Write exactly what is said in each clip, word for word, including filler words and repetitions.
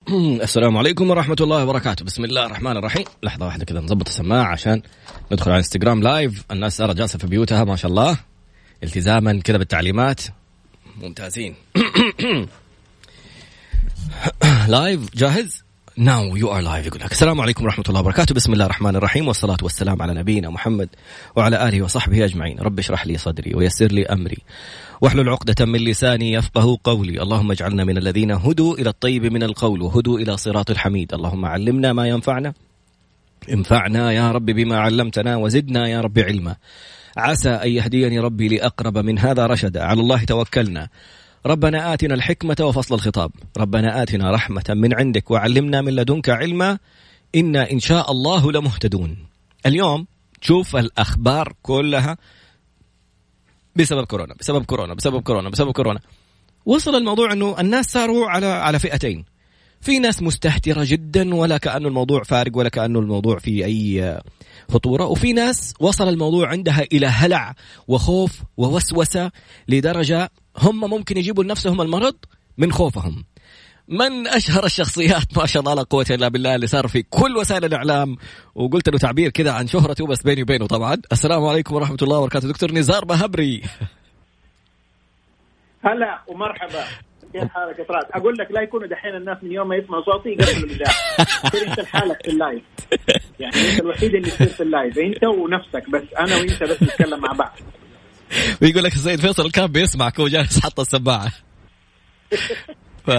السلام عليكم ورحمة الله وبركاته. بسم الله الرحمن الرحيم. لحظة واحدة كذا نضبط السماعة عشان ندخل على انستغرام لايف. الناس صارت جالسة في بيوتها ما شاء الله التزاما كذا بالتعليمات. ممتازين. لايف جاهز؟ Now you are live. يقول لك السلام عليكم ورحمة الله وبركاته. بسم الله الرحمن الرحيم والصلاة والسلام على نبينا محمد وعلى آله وصحبه أجمعين. رب اشرح لي صدري ويسر لي أمري واحلل عقدة من لساني يفقه قولي. اللهم اجعلنا من الذين هدوا إلى الطيب من القول وهدوا إلى صراط الحميد. اللهم علمنا ما ينفعنا انفعنا يا رب بما علمتنا وزدنا يا رب علما. عسى أن يهديني ربي لأقرب من هذا رشدا. على الله توكلنا. ربنا آتنا الحكمة وفصل الخطاب. ربنا آتنا رحمة من عندك وعلمنا من لدنك علما إنا إن شاء الله لمهتدون. اليوم تشوف الأخبار كلها بسبب كورونا بسبب كورونا بسبب كورونا بسبب كورونا. وصل الموضوع أنه الناس صاروا على على فئتين. في ناس مستهترة جدا ولا كأنه الموضوع فارق ولا كأنه الموضوع فيه أي خطورة، وفي ناس وصل الموضوع عندها إلى هلع وخوف ووسوسة لدرجة هم ممكن يجيبوا لنفسهم المرض من خوفهم. من أشهر الشخصيات ما شاء الله لا قوة إلا بالله اللي صار في كل وسائل الإعلام وقلت له تعبير كذا عن شهرته بس بيني وبينه طبعا. السلام عليكم ورحمة الله وبركاته. دكتور نزار بهبري. هلا ومرحبا. كيف حالك يا طراد؟ أقول لك لا يكونوا دحين الناس من يوم ما يسمعوا صوتي يقفلوا الإذاعة. تصير أنت لحالك في اللايف، يعني أنت الوحيد اللي تصير في اللايف، أنت ونفسك بس. أنا وأنت بس نتكلم مع بعض. ويقول لك السيد فيصل كان بيسمعك وجالس حط السماعة. ف...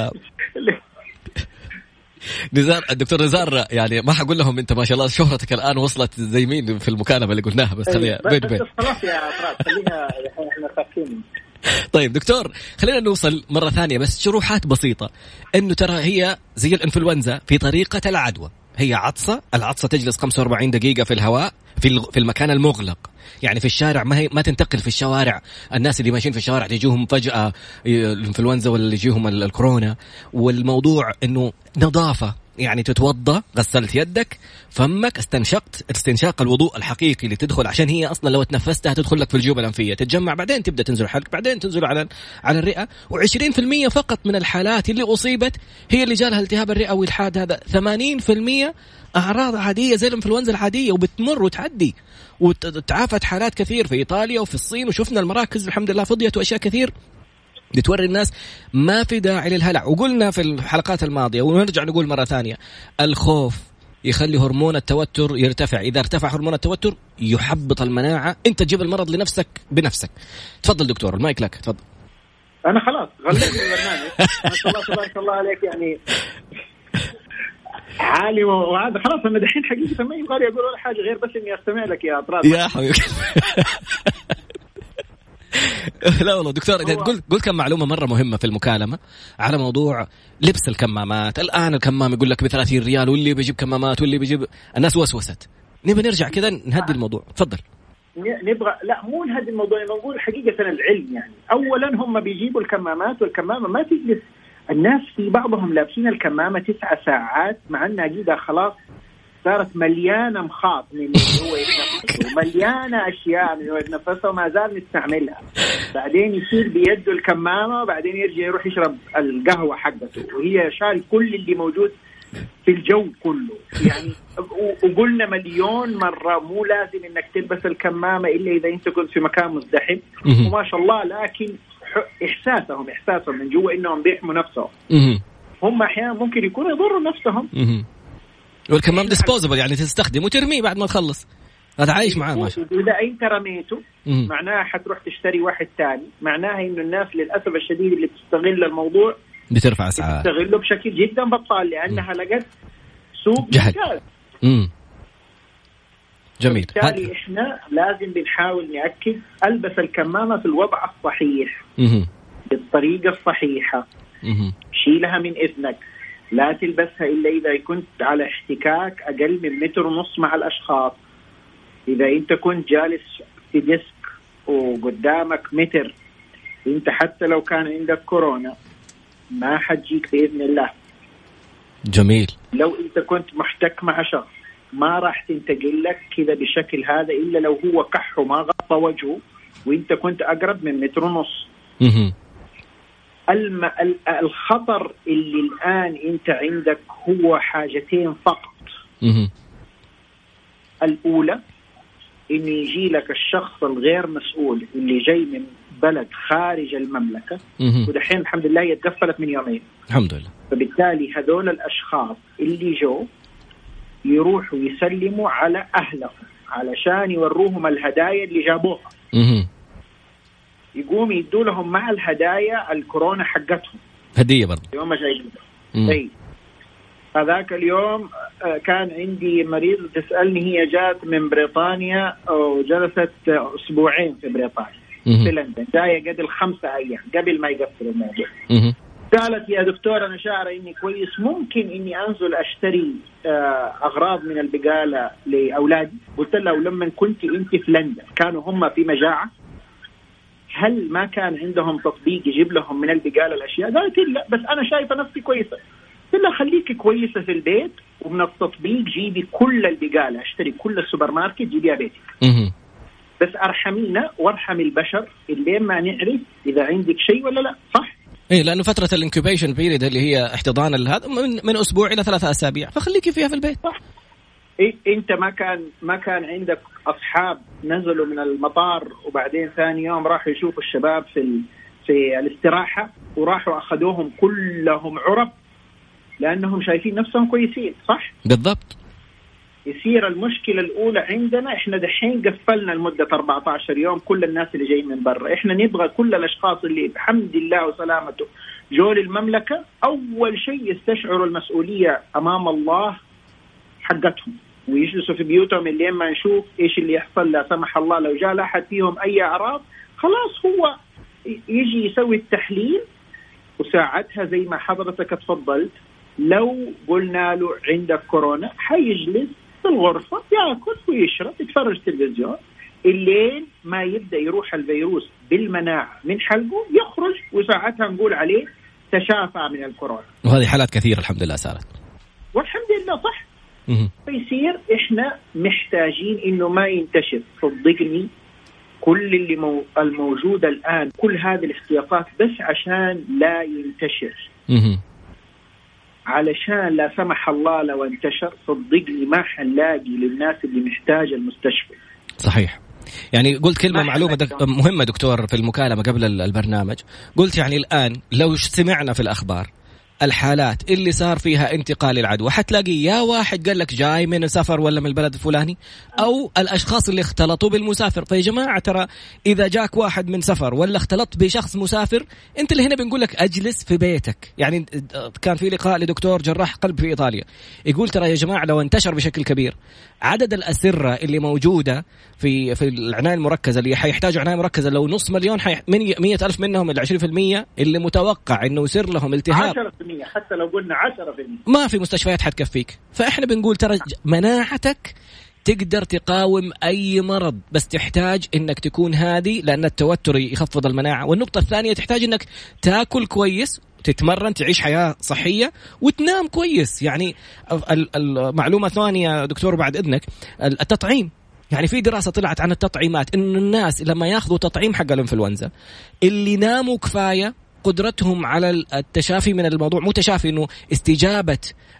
نزار الدكتور نزار يعني ما حقول لهم أنت ما شاء الله شهرتك الآن وصلت زي مين في المكالمة اللي قلناها بس خليها بين بين. خلاص يا طراد خليها إحنا فاكرين. طيب دكتور خلينا نوصل مرة ثانية بس شروحات بسيطة إنه ترى هي زي الإنفلونزا في طريقة العدوى. هي عطسة، العطسة تجلس خمسة وأربعين دقيقة في الهواء في في المكان المغلق، يعني في الشارع ما هي ما تنتقل في الشوارع. الناس اللي ماشيين في الشوارع تجيهم فجأة الإنفلونزا ولا يجيهم الكورونا. والموضوع إنه نظافة، يعني تتوضأ، غسلت يدك، فمك، استنشقت استنشاق الوضوء الحقيقي اللي تدخل عشان هي أصلا لو تنفستها تدخل لك في الجيوب الأنفية تتجمع بعدين تبدأ تنزل الحلق بعدين تنزل على على الرئة. وعشرين في المية فقط من الحالات اللي أصيبت هي اللي جالها التهاب الرئة والحاد. هذا ثمانين في المية أعراض عادية زي الإنفلونزا العادية وبتمر وتعدي. وتعافت حالات كثير في إيطاليا وفي الصين وشفنا المراكز الحمد لله فضيت وأشياء كثير بتوري الناس ما في داعي للهلع. وقلنا في الحلقات الماضية ونرجع نقول مرة ثانية الخوف يخلي هرمون التوتر يرتفع. إذا ارتفع هرمون التوتر يحبط المناعة، أنت تجيب المرض لنفسك بنفسك. تفضل دكتور المايك لك. تفضل. أنا خلاص غلقت البرنامج. ما شاء الله تبارك الله عليك يعني عالي وهذا خلاص. أنا دحين حقيقة ما يبغى أقول ولا حاجة غير بس إني أستمع لك يا أطراف يا حبيبي. لا والله دكتور قل قل كم معلومة مرة مهمة في المكالمة على موضوع لبس الكمامات. الآن الكمام يقول لك بثلاثين ريال واللي بيجيب كمامات واللي بيجيب. الناس وسوست. نبي نرجع كذا نهدي الموضوع. تفضل. نبغى لا مو نهدي الموضوع، نقول حقيقة العلم. يعني أولا هم بيجيبوا الكمامات والكمامة ما تجلس. الناس في بعضهم لابسين الكمامة تسعة ساعات مع أنها جيدة خلاص صارت مليانة مخاط من اللي هو يتنفسه، مليانة أشياء من هو يتنفسها وما زال نستعملها. بعدين يصير بيده الكمامة وبعدين يرجع يروح يشرب القهوة حقته وهي شال كل اللي موجود في الجو كله. يعني وقلنا مليون مرة مو لازم إنك تلبس الكمامة إلا إذا أنت كنت في مكان مزدحم وما شاء الله. لكن إحساسهم إحساسهم من جوا إنهم بيحموا نفسهم. هم أحيانا ممكن يكونوا يضروا نفسهم. والكمام ديسبوزبل يعني تستخدم وترميه بعد ما تخلص. هذا عايش معاه ما شاء الله. إذا أنت رميته معناها حتروح تشتري واحد تاني. معناها إنه الناس للأسف الشديد اللي بتستغل الموضوع بترفع أسعار، بتستغله بشكل جدا بطال لأنها لقت سوق جهد. جميل. بالتالي إحنا لازم بنحاول نأكد ألبس الكمامة في الوضع الصحيح بالطريقة الصحيحة. شيلها من إذنك، لا تلبسها إلا إذا كنت على احتكاك أقل من متر ونص مع الأشخاص. إذا أنت كنت جالس في ديسك وقدامك متر، أنت حتى لو كان عندك كورونا ما حتجيك بإذن الله. جميل. لو أنت كنت محتك مع شخص ما راح تنتقل لك كذا بشكل هذا إلا لو هو كحه ما غطى وجهه وأنت كنت أقرب من متر ونص. الم... الخطر اللي الآن أنت عندك هو حاجتين فقط. الأولى إنه يجي لك الشخص الغير مسؤول اللي جاي من بلد خارج المملكة، ودحين الحمد لله يتقفلت من يومين الحمد لله. فبالتالي هذول الأشخاص اللي جو يروحوا يسلموا على أهلهم علشان يوروهم الهدايا اللي جابوها، يقوم يدوا لهم مع الهدايا الكورونا حقتهم هدية برضه يوم جايين. أي هذاك اليوم كان عندي مريض تسألني، هي جات من بريطانيا وجلست أسبوعين في بريطانيا في لندن، جاية قبل خمسة أيام قبل ما يقفل الموضوع. قالت يا دكتور أنا شاعرة إني كويس، ممكن إني أنزل أشتري أغراض من البقالة لأولادي. قلت لها ولما كنت أنت في لندن كانوا هم في مجاعة؟ هل ما كان عندهم تطبيق يجيب لهم من البقالة الأشياء؟ قالت لا بس أنا شايفة نفسي كويسة. قلت لها خليكي كويسة في البيت ومن التطبيق جيبي كل البقالة، اشتري كل السوبر ماركت جيبيها بيتك. بس أرحمينا وارحم البشر اللي ما نعرف إذا عندك شيء ولا لا. صح؟ إيه، لأنه فترة الانكوبيشن بيريد اللي هي احتضان هذا من, من أسبوع إلى ثلاثة أسابيع، فخليكي فيها في البيت. صح. إيه أنت ما كان ما كان عندك أصحاب نزلوا من المطار وبعدين ثاني يوم راحوا يشوفوا الشباب في ال... في الاستراحة وراحوا أخذوهم كلهم عرب لأنهم شايفين نفسهم كويسين. صح؟ بالضبط. يصير المشكلة الأولى عندنا إحنا دحين قفلنا لمدة أربعة عشر يوم كل الناس اللي جايين من برا. إحنا نبغى كل الأشخاص اللي بحمد الله وسلامته جول المملكة أول شيء يستشعروا المسؤولية أمام الله حقتهم ويجلسوا في بيوتهم اللي ما نشوف إيش اللي يحصل. لا سمح الله لو جاء لأحد فيهم أي أعراض خلاص هو يجي يسوي التحليل، وساعتها زي ما حضرتك تفضلت لو قلنا له عندك كورونا حيجلس في الغرفة يأكل ويشرب يتفرج تلفزيون الليل ما يبدأ يروح الفيروس بالمناعة من حلقه يخرج، وساعتها نقول عليه تشافى من الكورونا. وهذه حالات كثيرة الحمد لله صارت والحمد لله. صح. فيصير إحنا محتاجين إنه ما ينتشر. صدقني كل اللي مو الموجود الآن كل هذه الاحتياطات بس عشان لا ينتشر. علشان لا سمح الله لو انتشر صدقني ما حنلاقي للناس اللي محتاجة المستشفى. صحيح. يعني قلت كلمة معلومة دك... مهمة دكتور في المكالمة قبل البرنامج، قلت يعني الآن لو سمعنا في الأخبار الحالات اللي صار فيها انتقال العدوى حتلاقي يا واحد قال لك جاي من السفر ولا من البلد الفلاني، أو الأشخاص اللي اختلطوا بالمسافر. فيا جماعة ترى إذا جاك واحد من سفر ولا اختلطت بشخص مسافر أنت اللي هنا بنقول لك أجلس في بيتك. يعني كان في لقاء لدكتور جراح قلب في إيطاليا يقول ترى يا جماعة لو انتشر بشكل كبير عدد الأسرة اللي موجودة في في العناية المركزة اللي حيحتاجوا عناية مركزة لو نص مليون حي... من مية ألف منهم العشرين في المية اللي متوقع إنه يصير لهم التهاب عشرة في المية حتى لو قلنا عشرة في المية ما في مستشفيات حتكفيك. فإحنا بنقول ترى مناعتك تقدر تقاوم أي مرض، بس تحتاج إنك تكون هادي لأن التوتر يخفض المناعة. والنقطة الثانية تحتاج إنك تأكل كويس، تتمرن، تعيش حياة صحية وتنام كويس. يعني المعلومة الثانية دكتور بعد إذنك التطعيم. يعني في دراسة طلعت عن التطعيمات إنه الناس لما ياخذوا تطعيم حق الإنفلونزا اللي ناموا كفاية قدرتهم على التشافي من الموضوع، مو تشافي إنه استجابة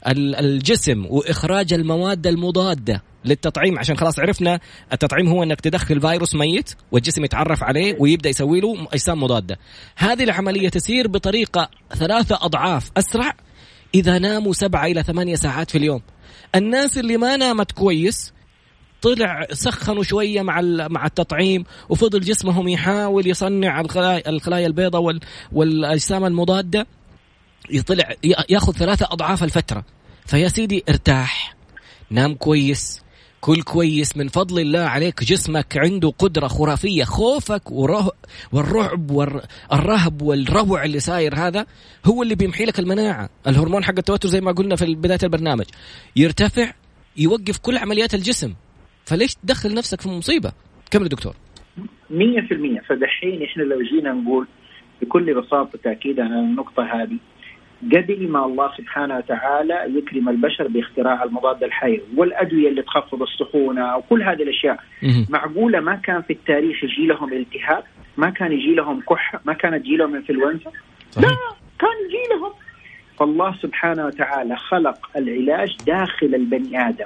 الجسم وإخراج المواد المضادة للتطعيم. عشان خلاص عرفنا التطعيم هو أنك تدخل فيروس ميت والجسم يتعرف عليه ويبدأ يسوي له أجسام مضادة. هذه العملية تسير بطريقة ثلاثة أضعاف أسرع إذا ناموا سبعة إلى ثمانية ساعات في اليوم. الناس اللي ما نامت كويس طلع سخنوا شوية مع مع التطعيم وفضل جسمهم يحاول يصنع الخلايا الخلايا البيضاء وال والأجسام المضادة، يطلع ياخذ ثلاثة أضعاف الفترة. فيا سيدي ارتاح، نام كويس، كل كويس، من فضل الله عليك جسمك عنده قدرة خرافية. خوفك والرعب والرهب والروع اللي صاير هذا هو اللي بيمحي لك المناعة. الهرمون حق التوتر زي ما قلنا في بداية البرنامج يرتفع يوقف كل عمليات الجسم. فليش تدخل نفسك في مصيبة؟ كمل دكتور. مية في المية. فدحين إحنا لو جينا نقول بكل بساطة تأكيدا على النقطة هذه، قبل ما الله سبحانه وتعالى يكرم البشر باختراع المضاد الحيوي والأدوية اللي تخفض السخونة وكل هذه الأشياء، معقولة ما كان في التاريخ يجي لهم التهاب؟ ما كان يجي لهم كحة؟ ما كانت يجي لهم انفلونزا؟ لا كان يجي لهم. فالله سبحانه وتعالى خلق العلاج داخل البني آدم.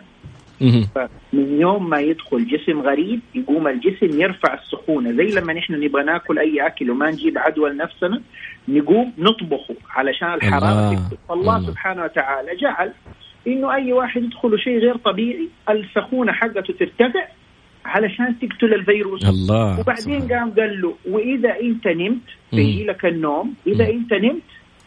فمن يوم ما يدخل جسم غريب يقوم الجسم يرفع السخونة، زي لما نحن نبغى ناكل أي أكل وما نجيب عدوى لنفسنا نقوم نطبخه علشان الحرارة تكتب. فالله الله. سبحانه وتعالى جعل إنه أي واحد يدخل شيء غير طبيعي السخونة حقته ترتفع علشان تقتل الفيروس. الله. وبعدين قام قال له وإذا أنت نمت بيجي لك النوم، إذا أنت نمت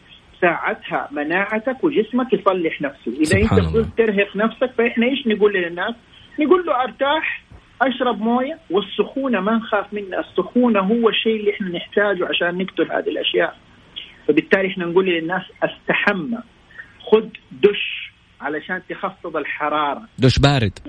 ساعتها مناعتك وجسمك يصلح نفسه. إذا أنت فضلت ترهق نفسك، فإحنا إيش نقول للناس؟ نقول له ارتاح، أشرب موية، والسخونة ما نخاف منها. السخونة هو الشيء اللي إحنا نحتاجه عشان نقتل هذه الأشياء. فبالتالي إحنا نقول للناس استحمى، خد دش علشان تخفض الحرارة، دش بارد،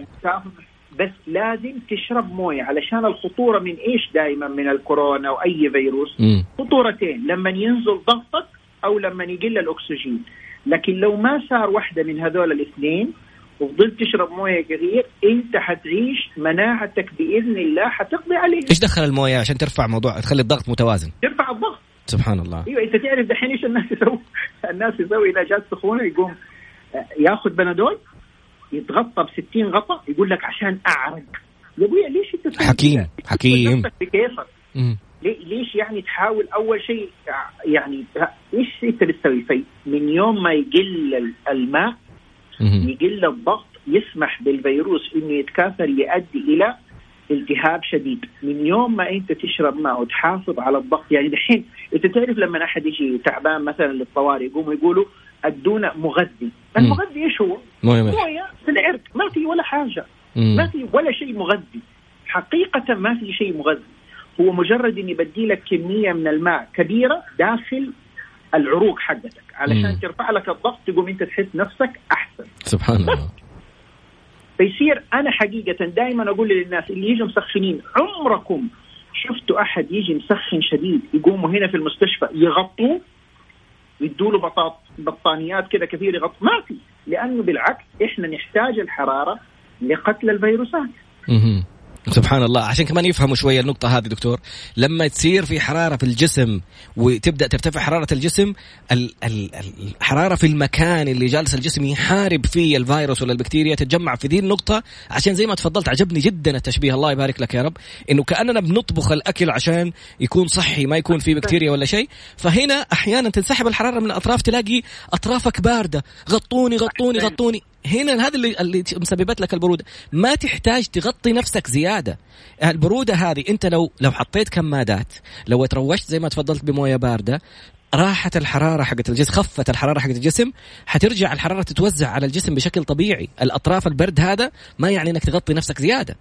بس لازم تشرب موية علشان الخطورة من إيش دائما من الكورونا وأي فيروس م. خطورتين، لما ينزل ضغطك أو لما يقل الأكسجين. لكن لو ما صار واحدة من هذول الاثنين وفضلت تشرب موية كثير، أنت حتعيش مناعتك بإذن الله حتقضي عليه. إيش دخل الموية عشان ترفع موضوع تخلي الضغط متوازن؟ ترفع الضغط. سبحان الله. أيوة أنت تعرف دحين إيش الناس يسوي؟ الناس يسوي إذا جات سخونة يقوم ياخذ بنادول يتغطى بستين غطا، يقول لك عشان أعرق. يا أبويا ليش أنت حكيم حكيم بكيفك؟ ليش يعني تحاول أول شيء يعني إيش أنت بتسوي في من يوم ما يقل الماء يقل الضغط يسمح بالفيروس إنه يتكاثر يؤدي إلى التهاب شديد. من يوم ما أنت تشرب ماء وتحافظ على الضغط، يعني دحين أنت تعرف لما أحد يجي تعبان مثلا للطوارئ يقوموا يقولوا أدونا مغذي. المغذي إيش هو؟ موية في العرق، ما في ولا حاجة، ما في ولا شيء مغذي حقيقة، ما في شيء مغذي. هو مجرد إني بدي لك كمية من الماء كبيرة داخل العروق حقتك علشان مم. ترفع لك الضغط، تقوم أنت تحس نفسك أحسن. سبحان الله. فيصير أنا حقيقة دائما أقول للناس اللي يجوا مسخنين، عمركم شفتوا أحد يجي مسخن شديد يقوموا هنا في المستشفى يغطوه يدوا له بطاط بطانيات كده كثير يغطوا؟ ما في، لأنه بالعكس إحنا نحتاج الحرارة لقتل الفيروسات. مم. سبحان الله. عشان كمان يفهموا شوية النقطة هذه دكتور، لما تصير في حرارة في الجسم وتبدأ ترتفع حرارة الجسم، الحرارة في المكان اللي جالس الجسم يحارب فيه الفيروس ولا البكتيريا تتجمع في ذي النقطة. عشان زي ما تفضلت عجبني جدا التشبيه، الله يبارك لك يا رب، إنه كأننا بنطبخ الأكل عشان يكون صحي ما يكون فيه بكتيريا ولا شيء. فهنا أحيانا تنسحب الحرارة من الأطراف، تلاقي أطرافك باردة، غطوني غطوني غطوني. هنا هذا اللي اللي مسببت لك البرودة. ما تحتاج تغطي نفسك زيادة. البرودة هذه أنت لو لو حطيت كمادات، لو تروشت زي ما تفضلت بموية باردة، راحت الحرارة حقت الجسم، خفت الحرارة حقت الجسم، حترجع الحرارة تتوزع على الجسم بشكل طبيعي. الأطراف البرد هذا ما يعني أنك تغطي نفسك زيادة.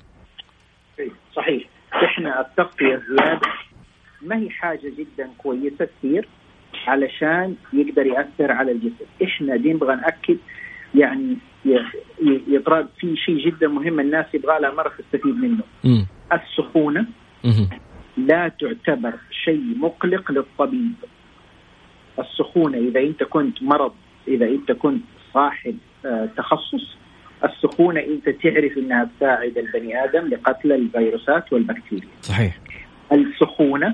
صحيح. إحنا التغطية الزيادة ما هي حاجة جدا كويسة كثير علشان يقدر يأثر على الجسم. إحنا دي نبغى نأكد يعني يطرد في شيء جدا مهم الناس يبغى لها مرة تستفيد منه. م. السخونة م. لا تعتبر شيء مقلق للطبيب. السخونة إذا أنت كنت مرض، إذا أنت كنت صاحب آه تخصص، السخونة أنت تعرف أنها تساعد البني آدم لقتل الفيروسات والبكتيريا. صحيح. السخونة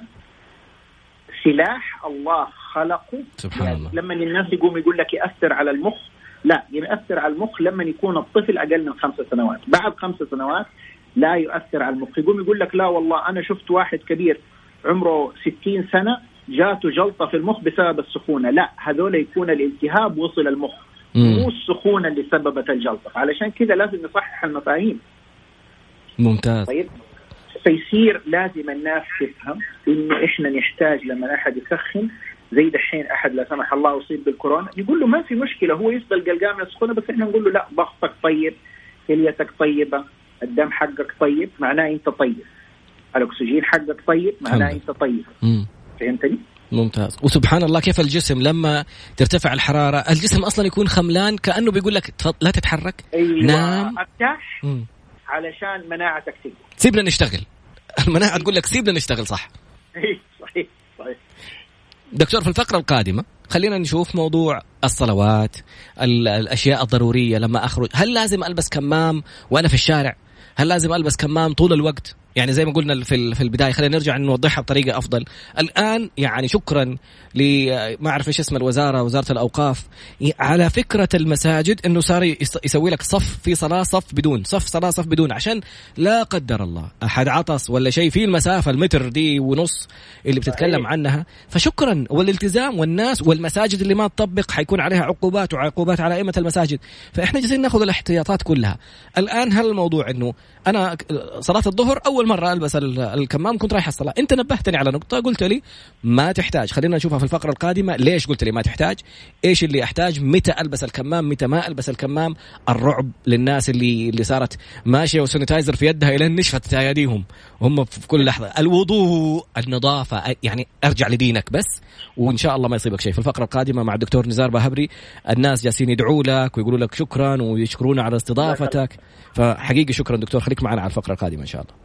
سلاح الله خلقه. سبحان يعني الله. لما الناس يقوم يقول لك يأثر على المخ، لا، يؤثر على المخ لما يكون الطفل أقل من خمسة سنوات. بعد خمسة سنوات لا يؤثر على المخ. يقوم يقول لك لا والله أنا شفت واحد كبير عمره ستين سنة جاته جلطة في المخ بسبب السخونة. لا، هذول يكون الالتهاب وصل المخ، مو السخونة اللي سببت الجلطة. علشان كذا لازم نصحح المفاهيم. ممتاز. طيب، فيصير لازم الناس تفهم إنه إحنا نحتاج لما أحد يسخن، زي دحين أحد لا سمح الله أصيب بالكورونا، يقول له ما في مشكلة، هو يفضل قلقان من السخونة، بس إحنا نقول له لا، ضغطك طيب، كليتك طيبة، الدم حقك طيب، معناه أنت طيب، الأكسجين حقك طيب، معناه أنت طيب. فهمتني؟ ممتاز. وسبحان الله كيف الجسم لما ترتفع الحرارة الجسم أصلا يكون خملان، كأنه بيقول لك لا تتحرك. أيوة. نام، ارتاح علشان مناعتك تقوى. سيبنا نشتغل. المناعة تقول لك سيبنا نشتغل. صح. صحيح صحيح. دكتور، في الفقرة القادمة خلينا نشوف موضوع الصلوات، الأشياء الضرورية لما أخرج. هل لازم ألبس كمام وأنا في الشارع؟ هل لازم ألبس كمام طول الوقت؟ يعني زي ما قلنا في في البدايه، خلينا نرجع نوضحها بطريقه افضل. الان يعني شكرا ل ما اعرف ايش اسم الوزاره، وزاره الاوقاف، على فكره المساجد انه صار يسوي لك صف في صلاه، صف بدون صف، صلاه صف بدون، عشان لا قدر الله احد عطس ولا شيء في المسافه المتر دي ونص اللي بتتكلم عنها. فشكرا، والالتزام، والناس والمساجد اللي ما تطبق حيكون عليها عقوبات، وعقوبات على ائمه المساجد. فاحنا جالسين ناخذ الاحتياطات كلها. الان هل الموضوع انه انا صلاه الظهر اول مره البس الكمام كنت رايح الصلاه، انت نبهتني على نقطه قلت لي ما تحتاج، خلينا نشوفها في الفقره القادمه ليش قلت لي ما تحتاج، ايش اللي احتاج، متى البس الكمام، متى ما البس الكمام. الرعب للناس اللي اللي صارت ماشيه وسانيتايزر في يدها الى نشفت ايديهم هم في كل لحظه. الوضوء، النظافه، يعني ارجع لدينك بس، وان شاء الله ما يصيبك شيء. في الفقره القادمه مع الدكتور نزار باهبري، الناس جالسين يدعوا لك ويقولوا لك شكرا ويشكرونا على استضافتك، فحقيقي شكرا دكتور. خليك معنا على الفقره القادمه ان شاء الله.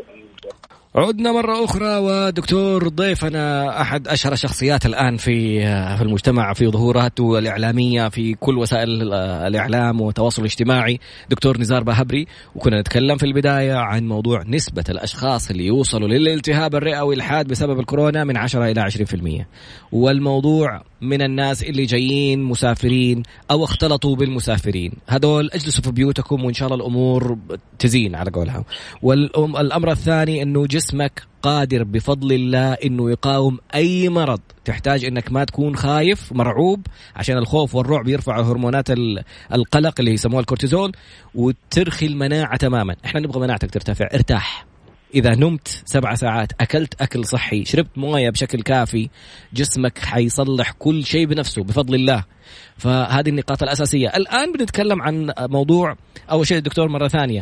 عدنا مرة أخرى، ودكتور ضيفنا أحد أشهر الشخصيات الآن في في المجتمع، في ظهوراته الإعلامية في كل وسائل الإعلام والتواصل الاجتماعي، دكتور نزار باهبري. وكنا نتكلم في البداية عن موضوع نسبة الأشخاص اللي يوصلوا للالتهاب الرئوي الحاد بسبب الكورونا من عشرة إلى عشرين في المية، والموضوع من الناس اللي جايين مسافرين أو اختلطوا بالمسافرين، هذول اجلسوا في بيوتكم وإن شاء الله الأمور تزين على قولها. والأمر الثاني أنه جسمك قادر بفضل الله أنه يقاوم أي مرض، تحتاج أنك ما تكون خايف مرعوب، عشان الخوف والرعب يرفع هرمونات القلق اللي يسموها الكورتيزول، وترخي المناعة تماما. احنا نبغى مناعتك ترتفع. ارتاح، إذا نمت سبع ساعات، أكلت أكل صحي، شربت موية بشكل كافي، جسمك حيصلح كل شيء بنفسه بفضل الله. فهذه النقاط الأساسية. الآن بنتكلم عن موضوع، أول شيء الدكتور مرة ثانية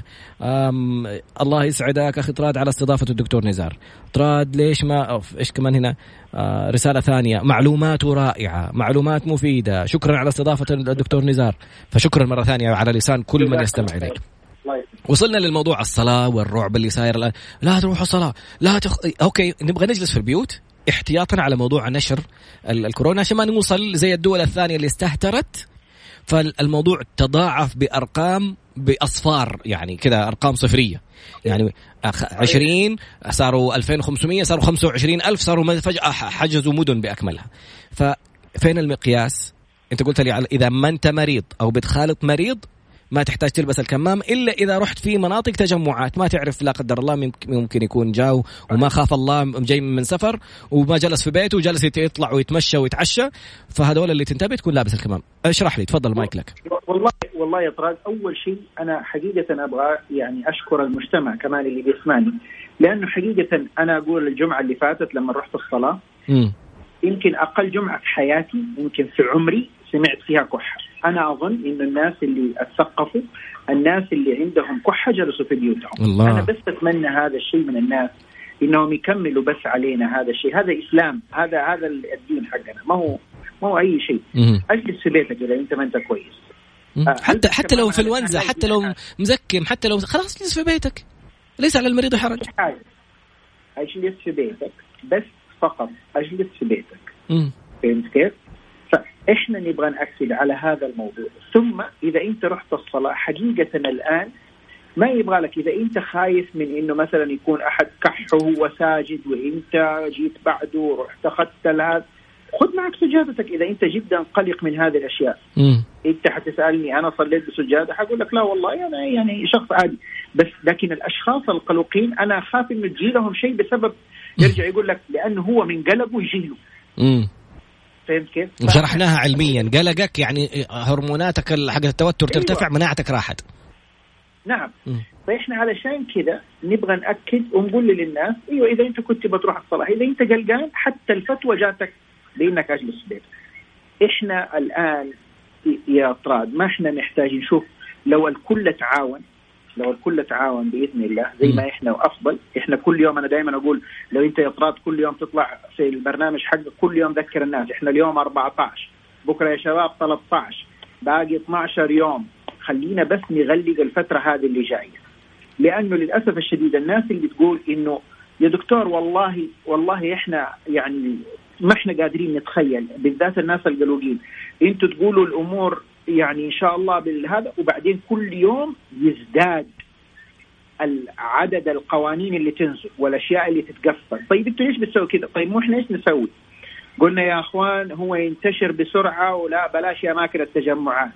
الله يسعدك أخي طراد على استضافة الدكتور نزار. طراد ليش ما إيش كمان هنا آه رسالة ثانية، معلومات رائعة، معلومات مفيدة، شكرا على استضافة الدكتور نزار. فشكرا مرة ثانية على لسان كل من يستمع إليك. وصلنا للموضوع الصلاة والرعب اللي صاير الآن، لا تروح الصلاة، لا تخ... أوكي نبغى نجلس في البيوت احتياطا على موضوع نشر الكورونا، عشان ما نوصل زي الدول الثانية اللي استهترت. فالموضوع تضاعف بأرقام بأصفار، يعني كذا أرقام صفرية، يعني عشرين صاروا ألفين وخمسمية، صاروا خمسة وعشرين ألف، صاروا فجأة حجزوا مدن بأكملها. ففين المقياس؟ أنت قلت لي إذا ما أنت مريض أو بتخالط مريض ما تحتاج تلبس الكمام، إلا إذا رحت في مناطق تجمعات ما تعرف لا قدر الله ممكن يكون جاو وما خاف الله جاي من سفر وما جلس في بيته وجلس يطلع ويتمشى ويتعشى، فهذول اللي تنتبه تكون لابس الكمام. اشرح لي تفضل مايك لك. والله والله يا طراد، أول شيء أنا حقيقة أبغى يعني أشكر المجتمع كمان اللي بيسمعني، لأنه حقيقة أنا أقول الجمعة اللي فاتت لما رحت الصلاة م. يمكن أقل جمعة في حياتي يمكن في عمري سمعت فيها كحة. أنا أظن إن الناس اللي أتثقفوا، الناس اللي عندهم كحة جلسوا في بيوتهم. الله. أنا بس أتمنى هذا الشيء من الناس، إنهم يكملوا بس علينا هذا الشيء. هذا إسلام، هذا هذا الدين حقنا، ما هو ما هو أي شيء. أجلس في بيتك إذا أنت ما أنت كويس. حتى حتى لو في الونزة، حتى لو مزكم، حتى لو خلاص اجلس في بيتك، ليس على المريض حرج. أجلس في بيتك بس، فقط أجلس في بيتك. فهمت كيف؟ فإحنا نبغى نأكد على هذا الموضوع. ثم إذا أنت رحت الصلاة حقيقة الآن ما يبغى لك، إذا أنت خايف من إنه مثلا يكون أحد كحه وساجد وإنت جيت بعده ورحت أخذت هذا، خذ معك سجادتك. إذا أنت جدا قلق من هذه الأشياء م. أنت حتسألني أنا صليت بسجادة، حقول لك لا والله أنا يعني شخص عادي. بس لكن الأشخاص القلقين أنا خاف إنه تجي لهم شيء بسبب يرجع يقول لك لأنه هو من قلبه يجي له. فهمت كيف؟ شرحناها علميا. قلقك يعني هرموناتك حق التوتر ترتفع، أيوة. مناعتك راحت. نعم. م. فإحنا علشان كده نبغى نأكد ونقول للناس أيوة إذا أنت كنت بتروح الصلاة، إذا أنت قلقان حتى الفتوى جاتك بإنك أجلس بيت. إحنا الآن يا طراد ما إحنا محتاجين نشوف، لو الكل تعاون، لو الكل تعاون بإذن الله زي ما إحنا وأفضل. إحنا كل يوم، أنا دائما أقول لو أنت يا طراد كل يوم تطلع في البرنامج حقك كل يوم ذكر الناس إحنا اليوم أربعة عشر، بكرة يا شباب ثلاثة عشر، باقي اثنا عشر يوم. خلينا بس نغلق الفترة هذه اللي جاية، لأنه للأسف الشديد الناس اللي تقول إنه يا دكتور والله والله إحنا يعني ما إحنا قادرين نتخيل، بالذات الناس القلوقين، أنتوا تقولوا الأمور يعني إن شاء الله بالهذا، وبعدين كل يوم يزداد عدد القوانين اللي تنزل والأشياء اللي تتقفل. طيب انتوا ليش بتسوي كده؟ طيب مو احنا ايش نسوي؟ قلنا يا اخوان هو ينتشر بسرعة، ولا بلاش أماكن التجمعات،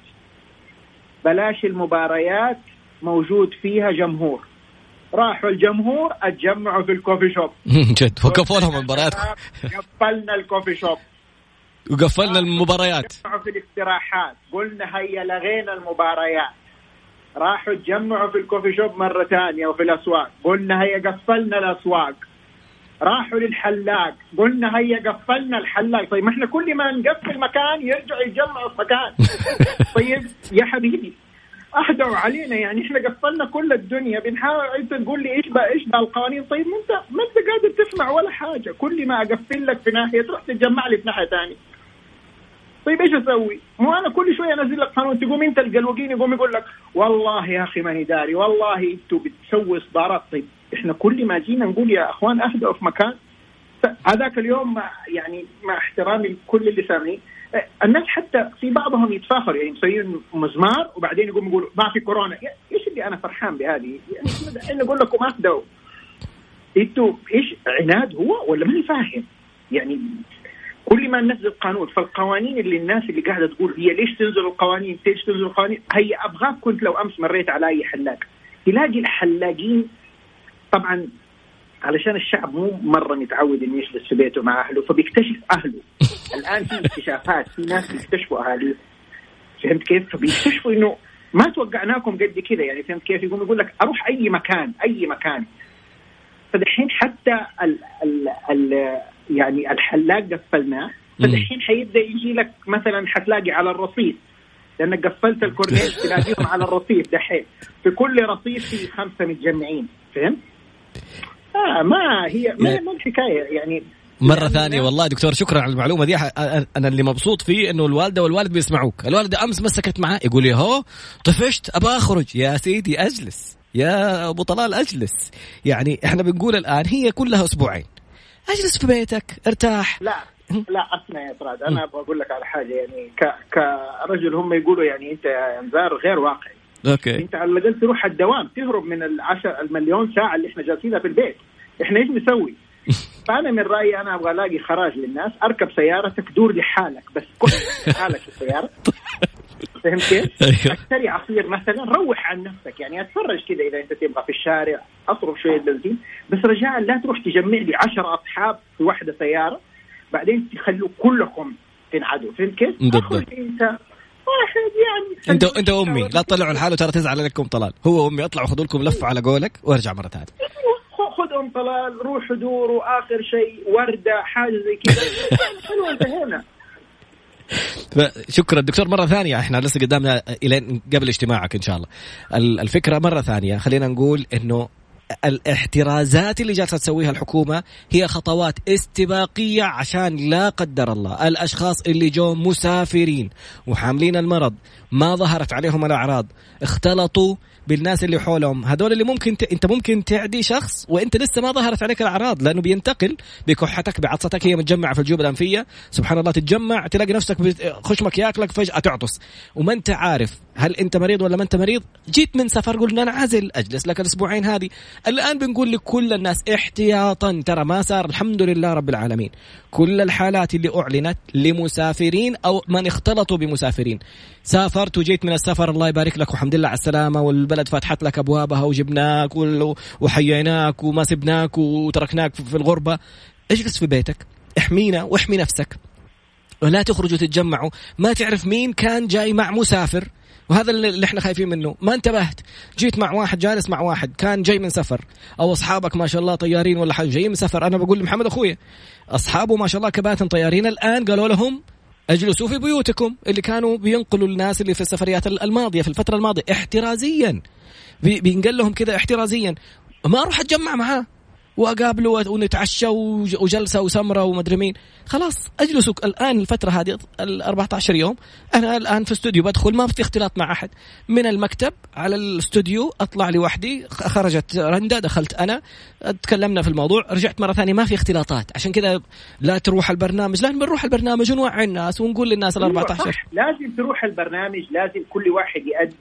بلاش المباريات موجود فيها جمهور. راحوا الجمهور اتجمعوا في الكوفي شوب جد وقفوا لهم المباريات. قفلنا الكوفي شوب وقفلنا المباريات. في الاستراحات قلنا هيا لغينا المباريات. راحوا اتجمعوا في الكوفي شوب مرة ثانية وفي الأسواق، قلنا هيا قفلنا الأسواق. راحوا للحلاق، قلنا هيا قفلنا الحلاق. طيب ما احنا كل ما نقفل مكان يرجعوا يتجمعوا في مكان. طيب يا حبيبي أهدوا علينا، يعني إحنا قفلنا كل الدنيا بنحاول، أنت تقول لي إيش بقى إيش بقى القوانين. طيب ما أنت ما أنت قادر تسمع ولا حاجة، كل ما أقفل لك في ناحية تروح تتجمع لي في ناحية ثانية. طيب إيش أسوي؟ مو أنا كل شوية أنزل لك قانون تقوم أنت القلوقين يقوم يقول لك والله يا أخي ماني داري، والله أنتوا بتسوي إصدارات. طيب إحنا كل ما جينا نقول يا أخوان أهدوا في مكان. هذاك اليوم يعني مع احترامي لكل اللي سامعين، الناس حتى في بعضهم يتفاخر، يعني مسويين مزمار وبعدين يقوم يقولوا ما في كورونا. ايش اللي انا فرحان بهذه؟ يعني انا اقول لكم اهدوا، انتوا ايش عناد هو ولا ماني فاهم؟ يعني كل ما ننزل قانون، فالقوانين اللي الناس اللي قاعده تقول هي ليش تنزل القوانين ليش تنزل القوانين، هي ابغاك. كنت لو امس مريت على اي حلاق تلاقي الحلاقين طبعا علشان الشعب مو مرة متعود إنه يجلس في بيته مع أهله فبيكتشف أهله. الآن في اكتشافات، في ناس بيكتشفوا أهالي، فهمت كيف؟ فبيكتشفوا إنه ما توقعناكم قد كذا، يعني فهمت كيف؟ يقوم يقول لك أروح أي مكان أي مكان. فدحين حتى ال ال ال يعني الحلاق قفلناه، فدحين حيبدأ يجي لك مثلا حتلاقي على الرصيف، لأنك قفلت الكورنيش تلاقيهم على الرصيف. دحين في كل رصيف في خمسة متجمعين، فهمت؟ آه ما هي ما ما الحكاية يعني. مرة يعني ثانية والله دكتور شكرا على المعلومة دي. أنا اللي مبسوط فيه إنه الوالدة والوالد بيسمعوك. الوالدة أمس مسكت معاه يقول لي هو طفشت أبى أخرج. يا سيدي أجلس يا أبو طلال أجلس. يعني إحنا بنقول الآن هي كلها أسبوعين، أجلس في بيتك ارتاح. لا لا أسمع يا طراد، أنا بقول لك على حاجة يعني ك كرجل هم يقولوا يعني أنت يا أنذار غير واقعي. أوكي. أنت على الأقل تروح الدوام تهرب من العشر المليون ساعة اللي إحنا جالسينها في البيت. إحنا إيش نسوي؟ فأنا من رأيي أنا أبغى ألاقي خراج للناس، أركب سيارتك دور لحالك بس كل حالك في السيارة، فهمت كيف؟ أشتري عصير مثلا، روح عن نفسك يعني، أتفرج كذا إذا أنت تبغى في الشارع، أصرف شوية بنزين بس رجاء لا تروح تجمع لي عشر أصحاب في واحدة سيارة بعدين تخلوا كلكم تنعدوا، فهمت كيف؟ أخرج أنت واحد يعني انت انت امي لا تطلعوا الحال وترى تزعل لكم طلال. هو امي اطلعوا خذوا لكم لفه على قولك وارجع مره ثانيه. خذ ام طلال روح دوروا اخر شيء ورده حاجه زي كذا حلو انتهينا. شكرا دكتور مرة ثانية. احنا لسه قدامنا الى قبل اجتماعك ان شاء الله. الفكرة مرة ثانية خلينا نقول انه الاحترازات اللي جالسة تسويها الحكومة هي خطوات استباقية عشان لا قدر الله الأشخاص اللي جو مسافرين وحاملين المرض ما ظهرت عليهم الأعراض اختلطوا بالناس اللي حولهم، هذول اللي ممكن ت... انت ممكن تعدي شخص وانت لسه ما ظهرت عليك الأعراض، لأنه بينتقل بكحتك بعطستك، هي متجمعة في الجيوب الأنفية سبحان الله، تتجمع تلاقي نفسك خشمك ياكلك فجأة تعطس وما انت عارف هل انت مريض ولا ما انت مريض. جيت من سفر قلنا نعزل اجلس لك الاسبوعين هذه. الآن بنقول لكل الناس احتياطا، ترى ما صار الحمد لله رب العالمين كل الحالات اللي أعلنت لمسافرين أو من اختلطوا بمسافرين. سافرت وجيت من السفر الله يبارك لك والحمد لله على السلامة والبلد فتحت لك أبوابها وجبناك وحييناك وما سبناك وتركناك في الغربة. اجلس في بيتك احمينا واحمي نفسك ولا تخرجوا تتجمعوا. ما تعرف مين كان جاي مع مسافر وهذا اللي احنا خايفين منه. ما انتبهت جيت مع واحد جالس مع واحد كان جاي من سفر او اصحابك ما شاء الله طيارين ولا حاجه جايين من سفر. انا بقول لمحمد اخويا اصحابه ما شاء الله كباتن طيارين الان قالوا لهم اجلسوا في بيوتكم، اللي كانوا بينقلوا الناس اللي في السفريات الماضيه في الفتره الماضيه احترازيا بينقل لهم كذا احترازيا. ما اروح اتجمع معاه وأقابله ونتعشى وجلسة وسمرة ومدري مين. خلاص أجلسوا الآن الفترة هذه الأربعة عشر يوم أنا الآن في استوديو بدخل ما في اختلاط مع أحد، من المكتب على الاستوديو أطلع لوحدي، خرجت رندا دخلت أنا تكلمنا في الموضوع رجعت مرة ثانية ما في اختلاطات. عشان كذا لا تروح البرنامج، لازم نروح البرنامج ونوعي الناس ونقول للناس الأربعة عشر لازم تروح البرنامج، لازم كل واحد يؤدي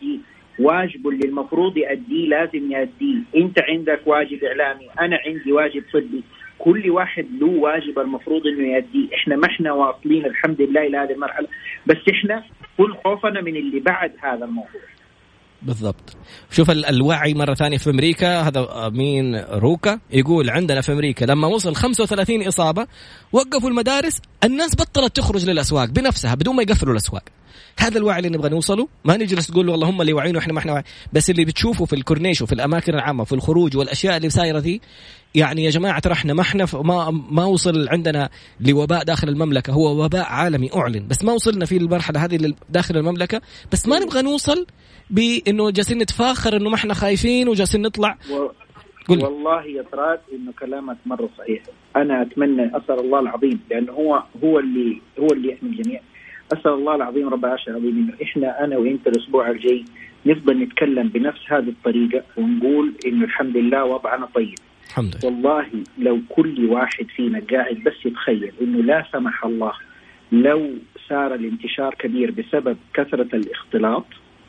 واجبه اللي المفروض يؤديه لازم يؤديه. أنت عندك واجب إعلامي، أنا عندي واجب طبي، كل واحد له واجب المفروض إنه يؤديه. إحنا ما إحنا واصلين الحمد لله إلى هذه المرحلة، بس إحنا كل خوفنا من اللي بعد هذا الموضوع. بالضبط. شوف الوعي مرة ثانية في أمريكا، هذا مين روكا يقول عندنا في أمريكا لما وصل خمسة وثلاثين إصابة وقفوا المدارس، الناس بطلت تخرج للأسواق بنفسها بدون ما يقفلوا الأسواق. هذا الوعي اللي نبغى نوصله، ما نجلس تقول والله هم اللي واعيين وإحنا ما إحنا واعيين، بس اللي بتشوفه في الكورنيش وفي الأماكن العامة في الخروج والأشياء اللي سايرة ذي، يعني يا جماعة ترى إحنا ما إحنا ما ما وصل عندنا لوباء داخل المملكة، هو وباء عالمي أعلن، بس ما وصلنا في المرحلة هذه داخل المملكة، بس ما نبغى نوصل بإنه جالسين نتفاخر إنه ما إحنا خايفين وجالسين نطلع. و... والله يا طراد إنه كلامك مرة صحيح. أنا أتمنى أسأل الله العظيم، لأنه هو هو اللي هو اللي يحمي الجميع. أسأل الله العظيم رب العرش العظيم إنه إحنا أنا وإنت الأسبوع الجاي نفضل نتكلم بنفس هذه الطريقة ونقول إنه الحمد لله وضعنا طيب. الحمد لله. والله لو كل واحد فينا قاعد بس يتخيل إنه لا سمح الله لو صار الانتشار كبير بسبب كثرة الاختلاط،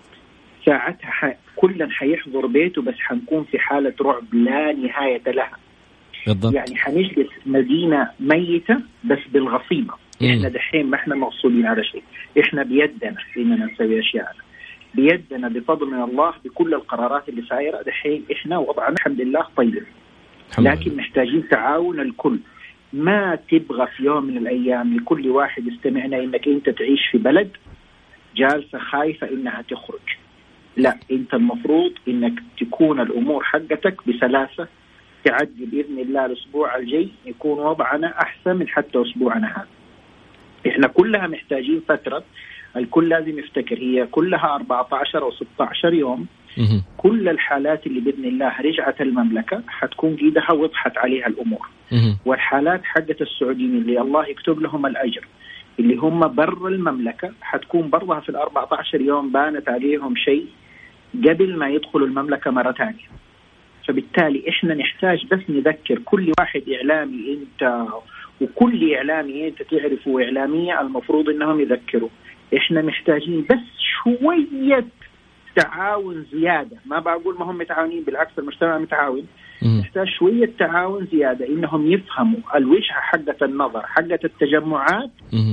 ساعتها ح... كلنا حيحضر بيته، بس حنكون في حالة رعب لا نهاية لها. بالضبط. يعني حنجلس مدينة ميتة بس بالغصيبة. إحنا دحين ما إحنا موصولين على شيء، إحنا بيدنا إننا نسوي أشياء، بيدنا بفضل من الله بكل القرارات اللي سايرة دحين. إحنا وضعنا الحمد لله طيب، لكن محتاجين تعاون الكل. ما تبغى في يوم من الأيام لكل واحد يستمعنا إنك أنت تعيش في بلد جالسة خايفة إنها تخرج. لا، أنت المفروض إنك تكون الأمور حقتك بسلاسة، تعدي بإذن الله الأسبوع الجاي يكون وضعنا أحسن من حتى أسبوعنا هذا. إحنا كلها محتاجين فترة، الكل لازم يفتكر هي كلها أربعة عشر أو ستة عشر يوم. كل الحالات اللي بإذن الله رجعت المملكة حتكون قيدها وضحت عليها الأمور. والحالات حقت السعوديين اللي الله يكتب لهم الأجر اللي هم بر المملكة حتكون برضها في الأربعة عشر يوم بانت عليهم شيء قبل ما يدخلوا المملكة مرة ثانية. فبالتالي إحنا نحتاج بس نذكر كل واحد إعلامي أنت وكل إعلامي أنت تعرفه إعلامية المفروض إنهم يذكروا. إحنا محتاجين بس شوية تعاون زيادة. ما بقول ما هم متعاونين، بالعكس المجتمع متعاون. نحتاج شوية تعاون زيادة، إنهم يفهموا الوجهة حقة النظر حقة التجمعات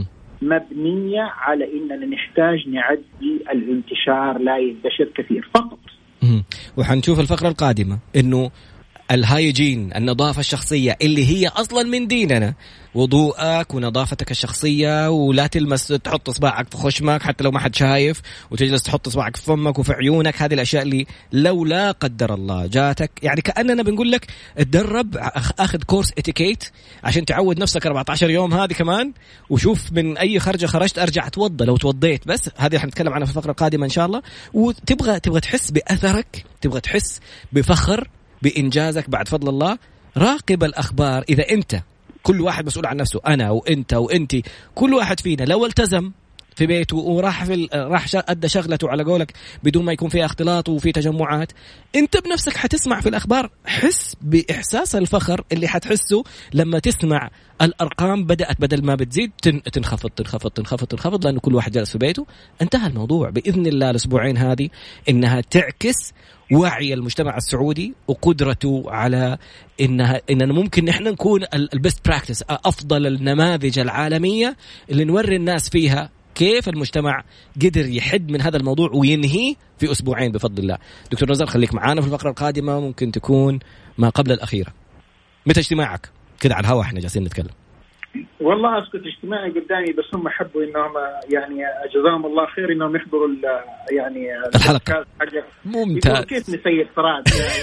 مبنية على إننا نحتاج نعدي الانتشار لا ينتشر كثير فقط. وحنشوف الفقرة القادمة إنه الهايجين، النظافة الشخصية اللي هي أصلا من ديننا، وضوءك ونظافتك الشخصية، ولا تلمس تحط إصبعك في خشمك حتى لو ما حد شايف، وتجلس تحط إصبعك في فمك وفي عيونك. هذه الأشياء اللي لو لا قدر الله جاتك، يعني كأننا بنقول لك اتدرب، أخذ كورس اتيكيت عشان تعود نفسك أربعة عشر يوم هذه كمان، وشوف من أي خرجة خرجت أرجع أتوضى لو توضيت. بس هذه حنتكلم عنها في الفقرة القادمة إن شاء الله. وتبغى تبغى تحس بأثرك، تبغى تحس بفخر بإنجازك بعد فضل الله. راقب الأخبار. إذا أنت كل واحد مسؤول عن نفسه، أنا وأنت وأنتي، كل واحد فينا لو التزم في بيته وراح في راح أدى شغلته على قولك بدون ما يكون فيها اختلاط وفي تجمعات، أنت بنفسك حتسمع في الأخبار. حس بإحساس الفخر اللي حتحسه لما تسمع الأرقام بدأت بدل ما بتزيد تنخفض تنخفض تنخفض تنخفض، لأنه كل واحد جالس في بيته. انتهى الموضوع بإذن الله. الأسبوعين هذه إنها تعكس وعي المجتمع السعودي وقدرته على إنها إننا ممكن نحن نكون البست براكتس، أفضل النماذج العالمية اللي نوري الناس فيها كيف المجتمع قدر يحد من هذا الموضوع وينهيه في أسبوعين بفضل الله. دكتور نزار خليك معانا في الفقرة القادمة، ممكن تكون ما قبل الأخيرة. متى اجتماعك؟ كده على الهواء احنا جالسين نتكلم. والله اسكت اجتماعي قدامي، بس هم حبوا انهم يعني جزاهم الله خير انهم يحضروا يعني الحلقة. ممتاز. كيف نسير فراد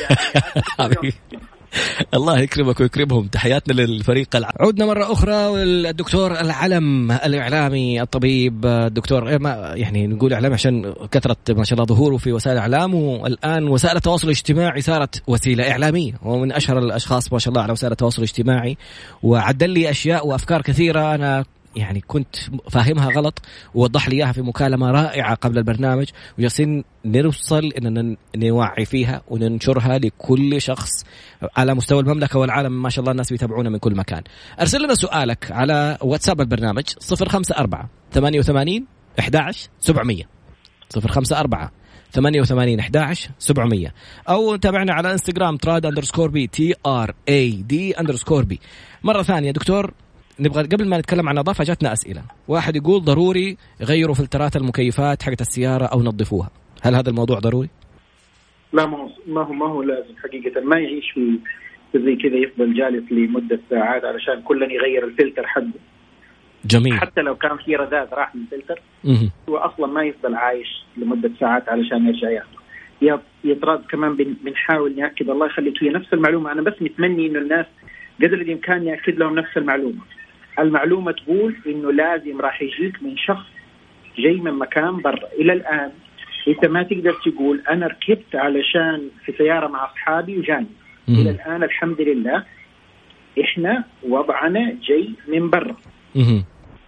يعني الله يكرمك ويكرمهم. تحياتنا للفريق الع... عودنا مرة أخرى. والدكتور العلم الإعلامي الطبيب الدكتور يعني نقول إعلامي عشان كثرة ما شاء الله ظهوره في وسائل الإعلام، والآن وسائل التواصل الاجتماعي صارت وسيلة إعلامية، ومن أشهر الأشخاص ما شاء الله على وسائل التواصل الاجتماعي، وعدل لي أشياء وأفكار كثيرة أنا يعني كنت فاهمها غلط، ووضح لي إياها في مكالمة رائعة قبل البرنامج، وجالسين نوصل إننا نوعي فيها وننشرها لكل شخص على مستوى المملكة والعالم. ما شاء الله الناس بيتابعونا من كل مكان. أرسل لنا سؤالك على واتساب البرنامج صفر خمسة أربعة ثمانية وثمانين أحد عشر سبعمية صفر خمسة أربعة ثمانية وثمانين أحد عشر سبعمية، أو تابعنا على انستغرام تراد أندرسكور بي تي آر أي دي أندرسكور بي. مرة ثانية دكتور، نبغى قبل ما نتكلم عن نظافة جاتنا أسئلة. واحد يقول ضروري غيروا فلترات المكيفات حقت السيارة أو نظفوها، هل هذا الموضوع ضروري؟ لا ما هو ما هو ما هو لازم حقيقة، ما يعيش في زي كذا يفضل جالس لمدة ساعات علشان كلنا يغير الفلتر حقه. جميل. حتى لو كان في رذاذ راح من الفلتر هو أصلا ما يفضل عايش لمدة ساعات علشان يرجع ياخذه. يطرد كمان بنحاول نأكد، الله يخليك هي نفس المعلومة، أنا بس متمني إنه الناس قدر الإمكان يأكد لهم نفس المعلومة. المعلومة تقول إنه لازم راح يجيك من شخص جاي من مكان برا. إلى الآن أنت ما تقدر تقول أنا ركبت علشان في سيارة مع أصحابي وجاني. مم. إلى الآن الحمد لله إحنا وضعنا جاي من برا. مم.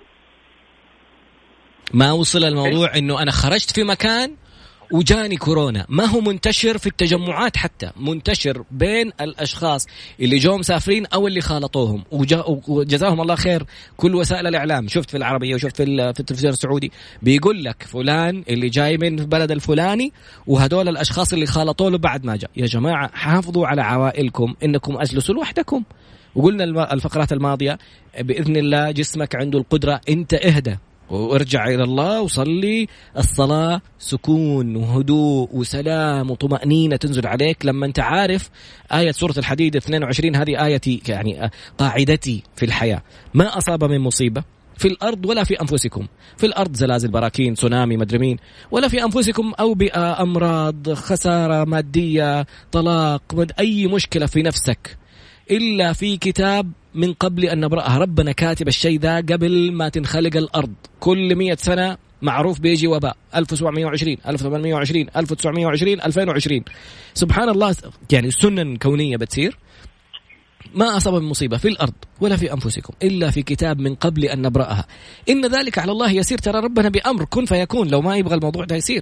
ما وصل الموضوع إنه أنا خرجت في مكان وجاني كورونا. ما هو منتشر في التجمعات، حتى منتشر بين الأشخاص اللي جو مسافرين أو اللي خالطوهم. وجزاهم الله خير كل وسائل الإعلام، شفت في العربية وشفت في التلفزيون السعودي بيقول لك فلان اللي جاي من البلد الفلاني وهدول الأشخاص اللي خالطوا له بعد ما جاء. يا جماعة حافظوا على عوائلكم، إنكم أجلسوا لوحدكم. وقلنا الفقرات الماضية بإذن الله جسمك عنده القدرة، أنت اهدى وارجع إلى الله وصلي. الصلاة سكون وهدوء وسلام وطمأنينة تنزل عليك لما أنت عارف آية سورة الحديد اثنين وعشرين، هذه آيتي يعني قاعدتي في الحياة. ما أصاب من مصيبة في الأرض ولا في أنفسكم، في الأرض زلازل براكين سونامي مدري مين، ولا في أنفسكم أوبئة أمراض خسارة مادية طلاق أي مشكلة في نفسك إلا في كتاب من قبل أن نبرأها. ربنا كاتب الشيء ذا قبل ما تنخلق الأرض. كل مئة سنة معروف بيجي وباء، ألف وسبعمائة وعشرين ألف وثمانمائة وعشرين ألف وتسعمائة وعشرين ألفين وعشرين. سبحان الله، يعني سنن كونية بتصير. ما أصاب من مصيبة في الأرض ولا في أنفسكم إلا في كتاب من قبل أن نبرأها إن ذلك على الله يسير. ترى ربنا بأمر كن فيكون، لو ما يبغى الموضوع ده يصير.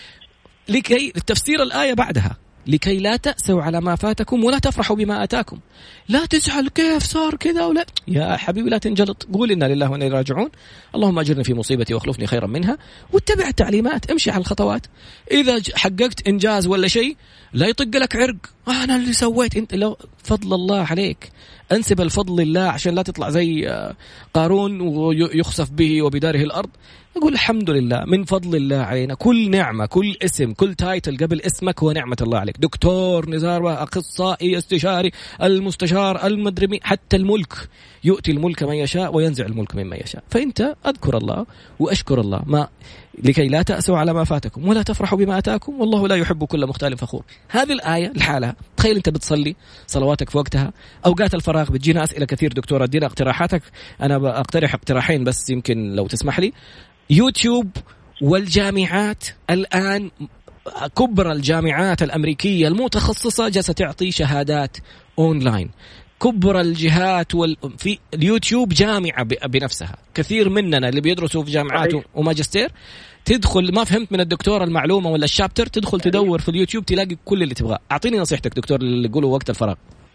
لكي تفسير الآية بعدها لكي لا تأسوا على ما فاتكم ولا تفرحوا بما أتاكم. لا تزعل كيف صار كذا ولا يا حبيبي، لا تنجلط، قول إنا لله وإنا إليه راجعون، اللهم أجرني في مصيبتي واخلفني خيرا منها، واتبع التعليمات، امشي على الخطوات. إذا حققت إنجاز ولا شيء لا يطق لك عرق أنا اللي سويت، أنت لو فضل الله عليك أنسب الفضل لله عشان لا تطلع زي قارون ويخسف به وبداره الأرض. أقول الحمد لله من فضل الله علينا. كل نعمة كل اسم كل تايتل قبل اسمك هو نعمة الله عليك. دكتور نزار، أخصائي، استشاري، المستشار، المدرمي، حتى الملك يؤتي الملك من يشاء وينزع الملك ممن يشاء. فأنت أذكر الله وأشكر الله ما لكي لا تأسوا على ما فاتكم ولا تفرحوا بما أتاكم والله لا يحب كل مختال فخور. هذه الآية لحالها. تخيل أنت بتصلي صلواتك في وقتها، أوقات الفراغ بتجينا أسئلة كثير دكتور، أدينا اقتراحاتك. أنا بقترح اقتراحين بس يمكن لو تسمح لي. يوتيوب والجامعات الآن كبرى الجامعات الأمريكية المتخصصة جالسة تعطي شهادات أونلاين. كبرى الجهات وال... في اليوتيوب جامعة ب... بنفسها. كثير مننا اللي بيدرسوا في جامعات وماجستير تدخل ما فهمت من الدكتور المعلومة ولا الشابتر، تدخل تدور في اليوتيوب تلاقي كل اللي تبغاه. أعطيني نصيحتك دكتور اللي يقولوا وقت الفراغ.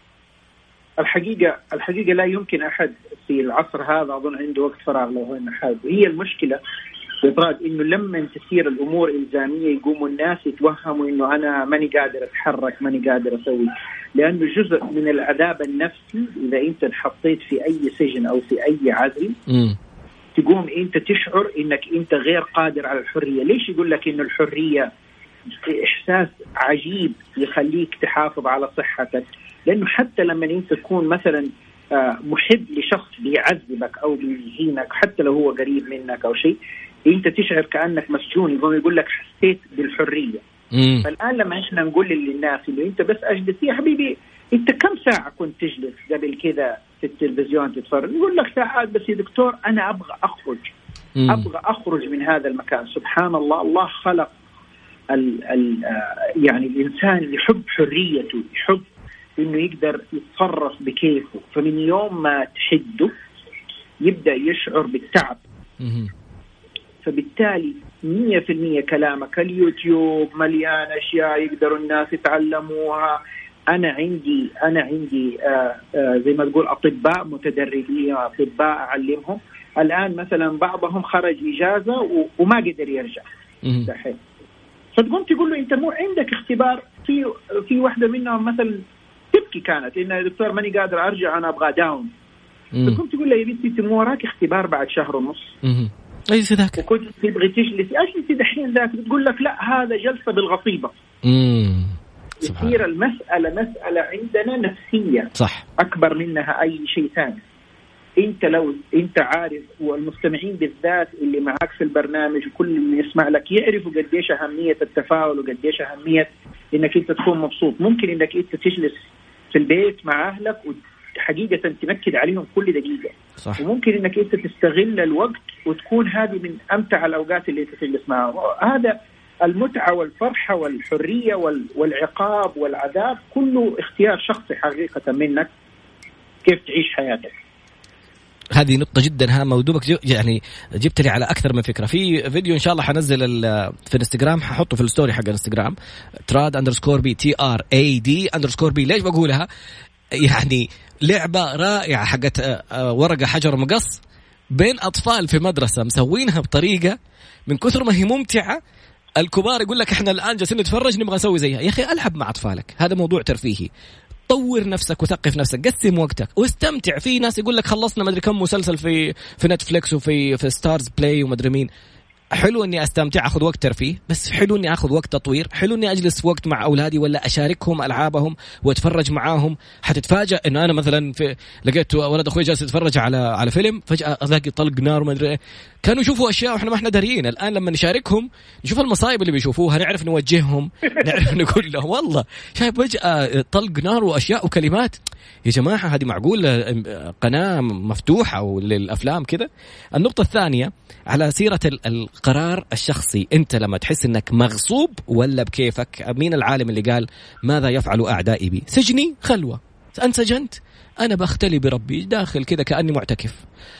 الحقيقة الحقيقة لا يمكن أحد في العصر هذا أظن عنده وقت فراغ لو هو حابب. هي المشكلة بإفراد إنه لما تسير الأمور إلزامية يقوموا الناس يتوهموا إنه أنا ماني قادر أتحرك ماني قادر أسوي، لأنه جزء من العذاب النفسي إذا أنت انحطيت في أي سجن أو في أي عزل م. تقوم أنت تشعر إنك أنت غير قادر على الحرية. ليش يقول لك إنه الحرية إحساس عجيب يخليك تحافظ على صحتك؟ لأنه حتى لما أنت تكون مثلا محب لشخص بيعذبك أو بيهينك حتى لو هو قريب منك أو شيء، أنت تشعر كأنك مسجون. يقوم يقول لك حسيت بالحرية. مم. فالآن لما إحنا نقول للناس إنه أنت بس أجلس يا حبيبي، أنت كم ساعة كنت تجلس قبل كذا في التلفزيون تتفرج؟ يقول لك ساعات. بس يا دكتور أنا أبغى أخرج. مم. أبغى أخرج من هذا المكان. سبحان الله، الله خلق ال ال يعني الإنسان يحب حريته، يحب إنه يقدر يتصرف بكيفه. فمن يوم ما تحده يبدأ يشعر بالتعب. مم. فبالتالي مية في المية كلامك اليوتيوب مليان أشياء يقدروا الناس يتعلموها. أنا عندي أنا عندي آآ آآ زي ما تقول أطباء متدربين، أطباء أعلمهم. الآن مثلا بعضهم خرج إجازة وما قدر يرجع دحين. فتقوم تقول له انت مو عندك اختبار. في في واحده منهم مثلا تبكي كانت انه يا دكتور ماني قادر ارجع انا ابغى داون. تقوم تقول له يا بنتي انت مو وراك اختبار بعد شهر ونص اي ذاك وكنت تبغي تجلسي اجلسي دحين ذاك. تقول لك لا هذا جلسه بالغصيبه. امم يصير المساله مساله عندنا نفسيه صح اكبر منها اي شيء ثاني. انت لو انت عارف والمستمعين بالذات اللي معك في البرنامج وكل اللي يسمع لك يعرفوا قديش اهميه التفاؤل وقديش اهميه انك انت تكون مبسوط. ممكن انك انت تجلس في البيت مع اهلك وحقيقه تنكد عليهم كل دقيقه صح. وممكن انك انت تستغل الوقت وتكون هذه من امتع الاوقات اللي انت تجلس معهم. هذا المتعه والفرحه والحريه والعقاب والعذاب كله اختيار شخصي حقيقه منك كيف تعيش حياتك. هذه نقطة جدا هامة ودوبك يعني جبت لي على أكثر من فكرة. في فيديو إن شاء الله حنزل في الانستغرام، ححطه في الستوري حق الانستغرام تراد أندرسكور بي تي آر أي دي أندرسكور بي. ليش بقولها؟ يعني لعبة رائعة حقت ورقة حجر مقص بين أطفال في مدرسة، مسوينها بطريقة من كثر ما هي ممتعة الكبار يقول لك إحنا الآن جالسين نتفرج نبغى نسوي زيها. يا أخي ألعب مع أطفالك، هذا موضوع ترفيهي. طور نفسك وثقف نفسك، قسم وقتك واستمتع. في ناس يقول لك خلصنا مدري كم مسلسل في في نتفليكس وفي في ستارز بلاي ومدري مين. حلو اني استمتع اخذ وقت ترفيه، بس حلو اني اخذ وقت تطوير، حلو اني اجلس وقت مع اولادي ولا اشاركهم العابهم واتفرج معاهم. حتتفاجئ انه انا مثلا في لقيت ولد اخوي جالس يتفرج على على فيلم، فجاه الاقي طلق نار وما ادري ايه. كانوا يشوفوا اشياء واحنا ما احنا داريين. الان لما نشاركهم نشوف المصايب اللي بيشوفوها، نعرف نوجههم، نعرف نقول لهم والله شايف فجاه طلق نار واشياء وكلمات. يا جماعه هذه معقول قناه مفتوحه للافلام كذا؟ النقطه الثانيه على سيره القرار الشخصي، انت لما تحس انك مغصوب ولا بكيفك. مين العالم اللي قال ماذا يفعل اعدائي بي؟ سجني خلوه، انسجنت انا بختلي بربي داخل كذا كاني معتكف.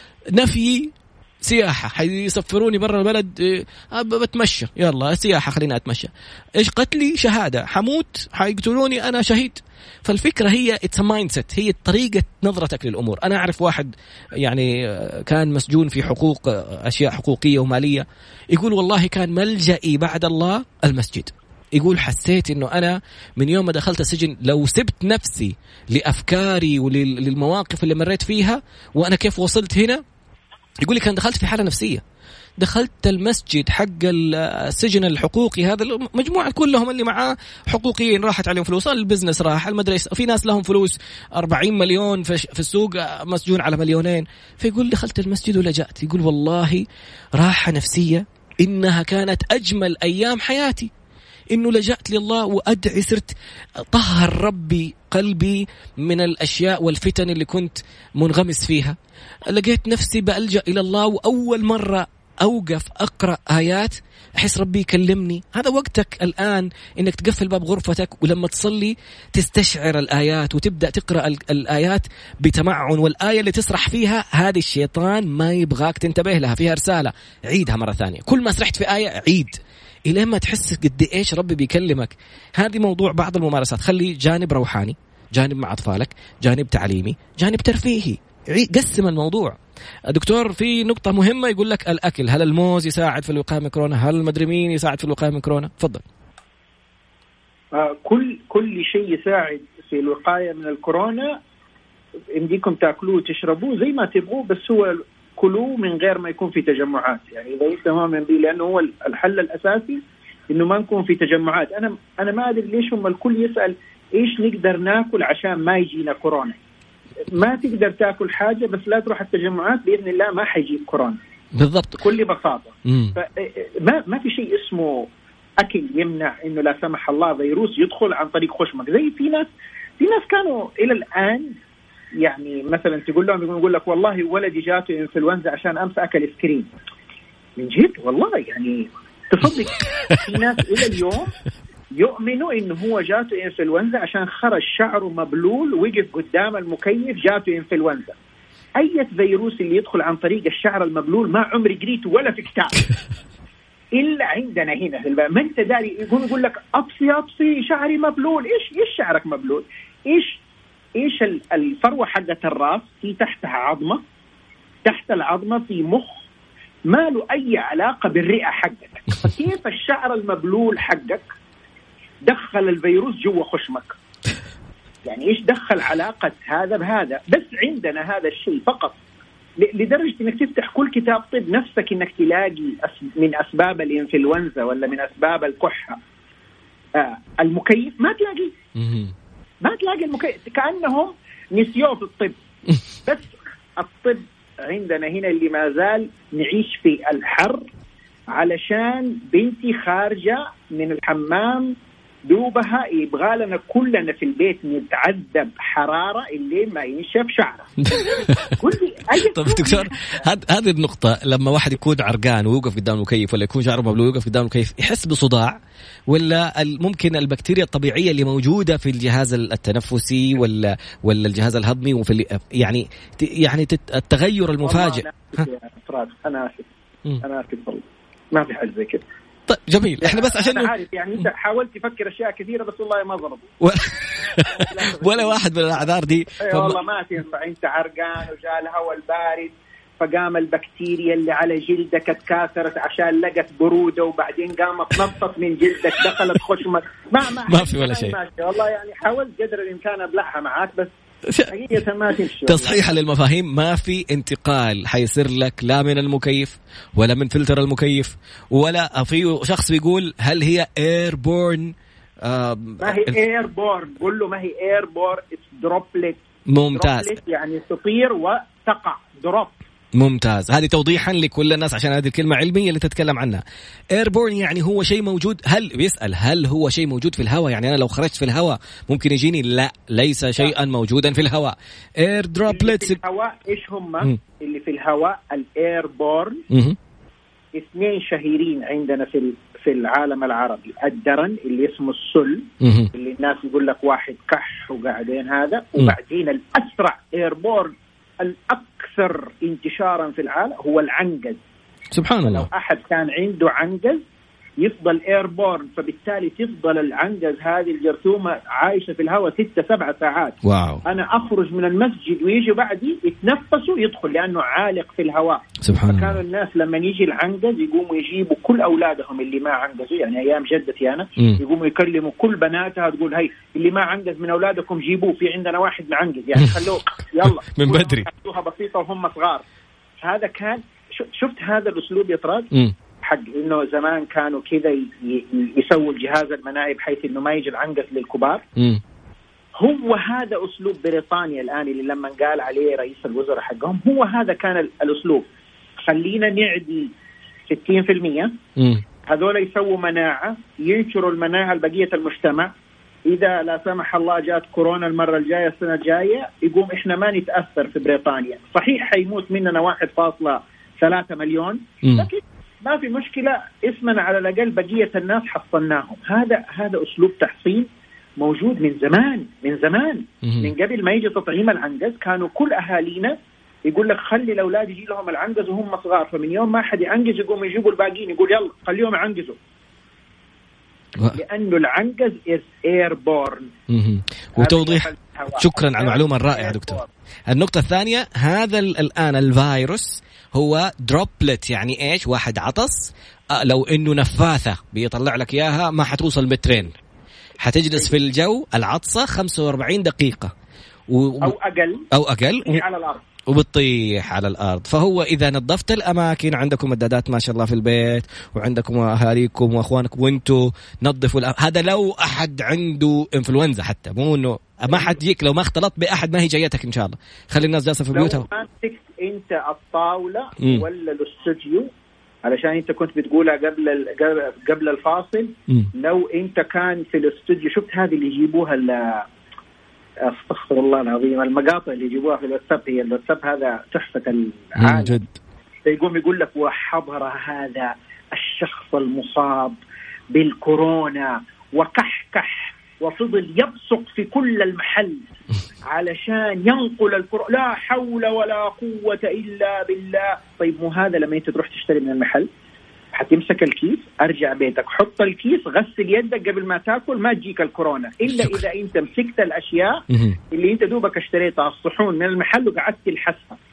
نفي سياحة، حيسفروني برا البلد بتمشى، يلا سياحة خلينا أتمشى. إيش قتلي؟ شهادة، حموت حيقتلوني أنا شهيد. فالفكرة هي it's a mindset، هي طريقة نظرتك للأمور. أنا أعرف واحد يعني كان مسجون في حقوق أشياء حقوقية ومالية، يقول والله كان ملجئي بعد الله المسجد. يقول حسيت إنه أنا من يوم ما دخلت السجن لو سبت نفسي لأفكاري وللمواقف اللي مريت فيها وأنا كيف وصلت هنا، يقول لي كان دخلت في حالة نفسية. دخلت المسجد حق السجن الحقوقي هذا، مجموعة كلهم اللي معاه حقوقيين راحت عليهم فلوس، البزنس راح، المدرسة، في ناس لهم فلوس أربعين مليون في السوق، مسجون على مليونين. فيقول دخلت المسجد ولجأت، يقول والله راحة نفسية إنها كانت أجمل أيام حياتي، إنه لجأت لله وأدعي، صرت طهر ربي قلبي من الأشياء والفتن اللي كنت منغمس فيها. لقيت نفسي بألجأ إلى الله، وأول مرة أوقف أقرأ آيات أحس ربي يكلمني. هذا وقتك الآن إنك تقفل باب غرفتك ولما تصلي تستشعر الآيات وتبدأ تقرأ الآيات بتمعن. والآية اللي تسرح فيها هذه الشيطان ما يبغاك تنتبه لها، فيها رسالة، عيدها مرة ثانية. كل ما سرحت في آية عيد إلى ما تحس قد إيش ربي بيكلمك. هذه موضوع بعض الممارسات. خلي جانب روحاني، جانب مع أطفالك، جانب تعليمي، جانب ترفيهي، قسم الموضوع. دكتور في نقطة مهمة يقول لك الأكل، هل الموز يساعد في الوقاية من كورونا؟ هل المدري مين يساعد في الوقاية من كورونا؟ تفضل. آه كل كل شيء يساعد في الوقاية من الكورونا. يمديكم تأكلوه وتشربوه زي ما تبغوه، بس هو كلوه من غير ما يكون في تجمعات. يعني إذا أنت مؤمن به، لأنه هو الحل الأساسي إنه ما نكون في تجمعات. أنا أنا ما أدري ليش هم الكل يسأل إيش نقدر ناكل عشان ما يجينا كورونا. ما تقدر تاكل حاجة بس لا تروح التجمعات، بإذن الله ما حيجيب كورونا. بالضبط، بكل بساطة. ما ما في شيء اسمه أكل يمنع إنه لا سمح الله فيروس يدخل عن طريق خشمك. زي في ناس في ناس كانوا إلى الآن يعني مثلا تقول لهم يقول لك والله ولدي جاته إنفلونزا عشان أمس أكل سكرين. من جد والله يعني تصدق في ناس إلى اليوم يؤمنوا إنه هو جاته إنفلونزا عشان خرج شعره مبلول وقف قدام المكيف جاته إنفلونزا. أي فيروس اللي يدخل عن طريق الشعر المبلول ما عمري قريته ولا في كتاب إلا عندنا هنا. ما أنت داري يقول يقول لك أبصي أبصي شعري مبلول. إيش إيش شعرك مبلول؟ إيش إيش الفروة حقة الرأس في تحتها عظمة، تحت العظمة في مخ، ما له أي علاقة بالرئة حقك. فكيف الشعر المبلول حقك دخل الفيروس جوا خشمك؟ يعني إيش دخل علاقة هذا بهذا؟ بس عندنا هذا الشيء فقط، لدرجة إنك تفتح كل كتاب طب نفسك إنك تلاقي من أسباب الإنفلونزا ولا من أسباب الكحة آه المكيف، ما تلاقي ما تلاقي المكيف، كأنهم نسيوه في الطب. بس الطب عندنا هنا اللي ما زال نعيش في الحر، علشان بنتي خارجة من الحمام دوبها يبغى لنا كلنا في البيت نتعذب حرارة اللي ما ينشف شعره. طب دكتور، هذه النقطة لما واحد يكون عرقان ويوقف قدام المكيف ولا يكون شعره مبلول ويوقف قدام المكيف يحس بصداع، ولا ممكن البكتيريا الطبيعية اللي موجودة في الجهاز التنفسي ولا ولا الجهاز الهضمي وفي يعني يعني التغير المفاجئ؟ أنا آسف أنا آسف والله ما في حاجة زي كده. طيب جميل، احنا بس عشان عارف يعني انت حاولت تفكر اشياء كثيره بس والله ما ضرب ولا واحد من الاعذار دي. اي والله ما تنفع، انت عرقان وجاء الهواء البارد فقام البكتيريا اللي على جلدك اتكاثرت عشان لقت بروده وبعدين قامت نطت من جلدك دخلت خشمك. ما ما, ما في ولا شيء والله، يعني حاولت قدر الامكان ابلعها معاك بس حقيقة ما تمشي. تصحيحا للمفاهيم، ما في انتقال حيصير لك لا من المكيف ولا من فلتر المكيف، ولا في شخص بيقول هل هي ايربورن؟ آه ما هي ايربورن، قول له ما هي ايربورن، اتس دروبلت. ممتاز، يعني تطير وتقع، دروب. ممتاز، هذه توضيحا لكل الناس عشان هذه الكلمة علمية اللي تتكلم عنها. ايربورن يعني هو شيء موجود. هل بيسأل هل هو شيء موجود في الهواء؟ يعني أنا لو خرجت في الهواء ممكن يجيني؟ لا، ليس شيئا موجودا في الهواء. اير دروبلتس في الهواء ايش هم؟ م. اللي في الهواء الايربورن اثنين شهيرين عندنا في في العالم العربي، الدرن اللي اسمه السل م. اللي الناس يقول لك واحد كح وقاعدين هذا، وبعدين الأسرع ايربورن الأكثر انتشارا في العالم هو العنقز. سبحان الله. لو أحد كان عنده عنقز يفضل ايربورن، فبالتالي تفضل العنقز هذه الجرثومة عايشة في الهواء ستة سبعة ساعات. واو. أنا أخرج من المسجد ويجي بعدي يتنفسوا يدخل لأنه عالق في الهواء. سبحان الله. فكانوا الناس لما يجي العنقز يقوموا يجيبوا كل أولادهم اللي ما عنقزوا، يعني أيام جدتي أنا م. يقوموا يكلموا كل بناتها تقول هاي اللي ما عنقز من أولادكم جيبوه، في عندنا واحد معنقز يعني خلوه يلا من بدري. حطوها بسيطة وهم صغار. هذا كان شفت هذا الأسلوب يطراد حق إنه زمان كانوا كذا يسووا الجهاز المناعي بحيث إنه ما يجي العنقز للكبار. م. هو هذا أسلوب بريطانيا الآن اللي لما قال عليه رئيس الوزراء حقهم، هو هذا كان الأسلوب. خلينا نعدي ستين في المية، هذول يسووا مناعة، ينشروا المناعة لبقية المجتمع. إذا لا سمح الله جات كورونا المرة الجاية السنة الجاية يقوم إحنا ما نتأثر في بريطانيا. صحيح حيموت مننا واحد فاصلة ثلاثة مليون، لكن ما في مشكلة، اسمنا على الأقل بقية الناس حصلناهم. هذا هذا أسلوب تحصين موجود من زمان من زمان مم. من قبل ما يجي تطعيم العنقز كانوا كل أهالينا يقول لك خلي الأولاد يجي لهم العنقز وهم صغار، فمن يوم ما أحد يعنقز يقوم يجيبوا الباقيين يقول يلا خليهم يعنقزوا و... لأنه العنقز is airborne. وتوضيح، شكرا على المعلومة الرائعة دكتور. النقطة الثانية، هذا الآن الفيروس هو دروبلت، يعني إيش؟ واحد عطس لو إنه نفاثة بيطلع لك إياها ما حتوصل مترين، حتجلس في الجو العطسة خمسة وأربعين دقيقة و... أو أقل أو أقل و... على الأرض وبتطيح على الأرض. فهو إذا نظفت الأماكن، عندكم مدادات ما شاء الله في البيت وعندكم أهاليكم وأخوانكم وانتوا نظفوا الأ... هذا لو أحد عنده إنفلونزا حتى، مو إنه ما حتجيك لو ما اختلط بأحد، ما هي جايتك إن شاء الله. خلي الناس جالسة في بيوتها. لو ما مسكت أنت الطاولة م. ولا الاستوديو، علشان أنت كنت بتقولها قبل قبل الفاصل م. لو أنت كان في الاستوديو، شفت هذه اللي يجيبوها ال استغفر الله العظيم المقاطع اللي يجيبوها في الواتساب، هي الواتساب هذا تحفة العالم جد. يقوم يقول لك وحضر هذا الشخص المصاب بالكورونا وكحكح وفضل يبصق في كل المحل علشان ينقل الكورونا، لا حول ولا قوة إلا بالله. طيب مو هذا لما انت تروح تشتري من المحل حتمسك الكيس، ارجع بيتك حط الكيس، غسل يدك قبل ما تاكل، ما تجيك الكورونا الا شكرا. اذا انت مسكت الاشياء اللي انت دوبك اشتريتها الصحون من المحل وقعدت تلحسها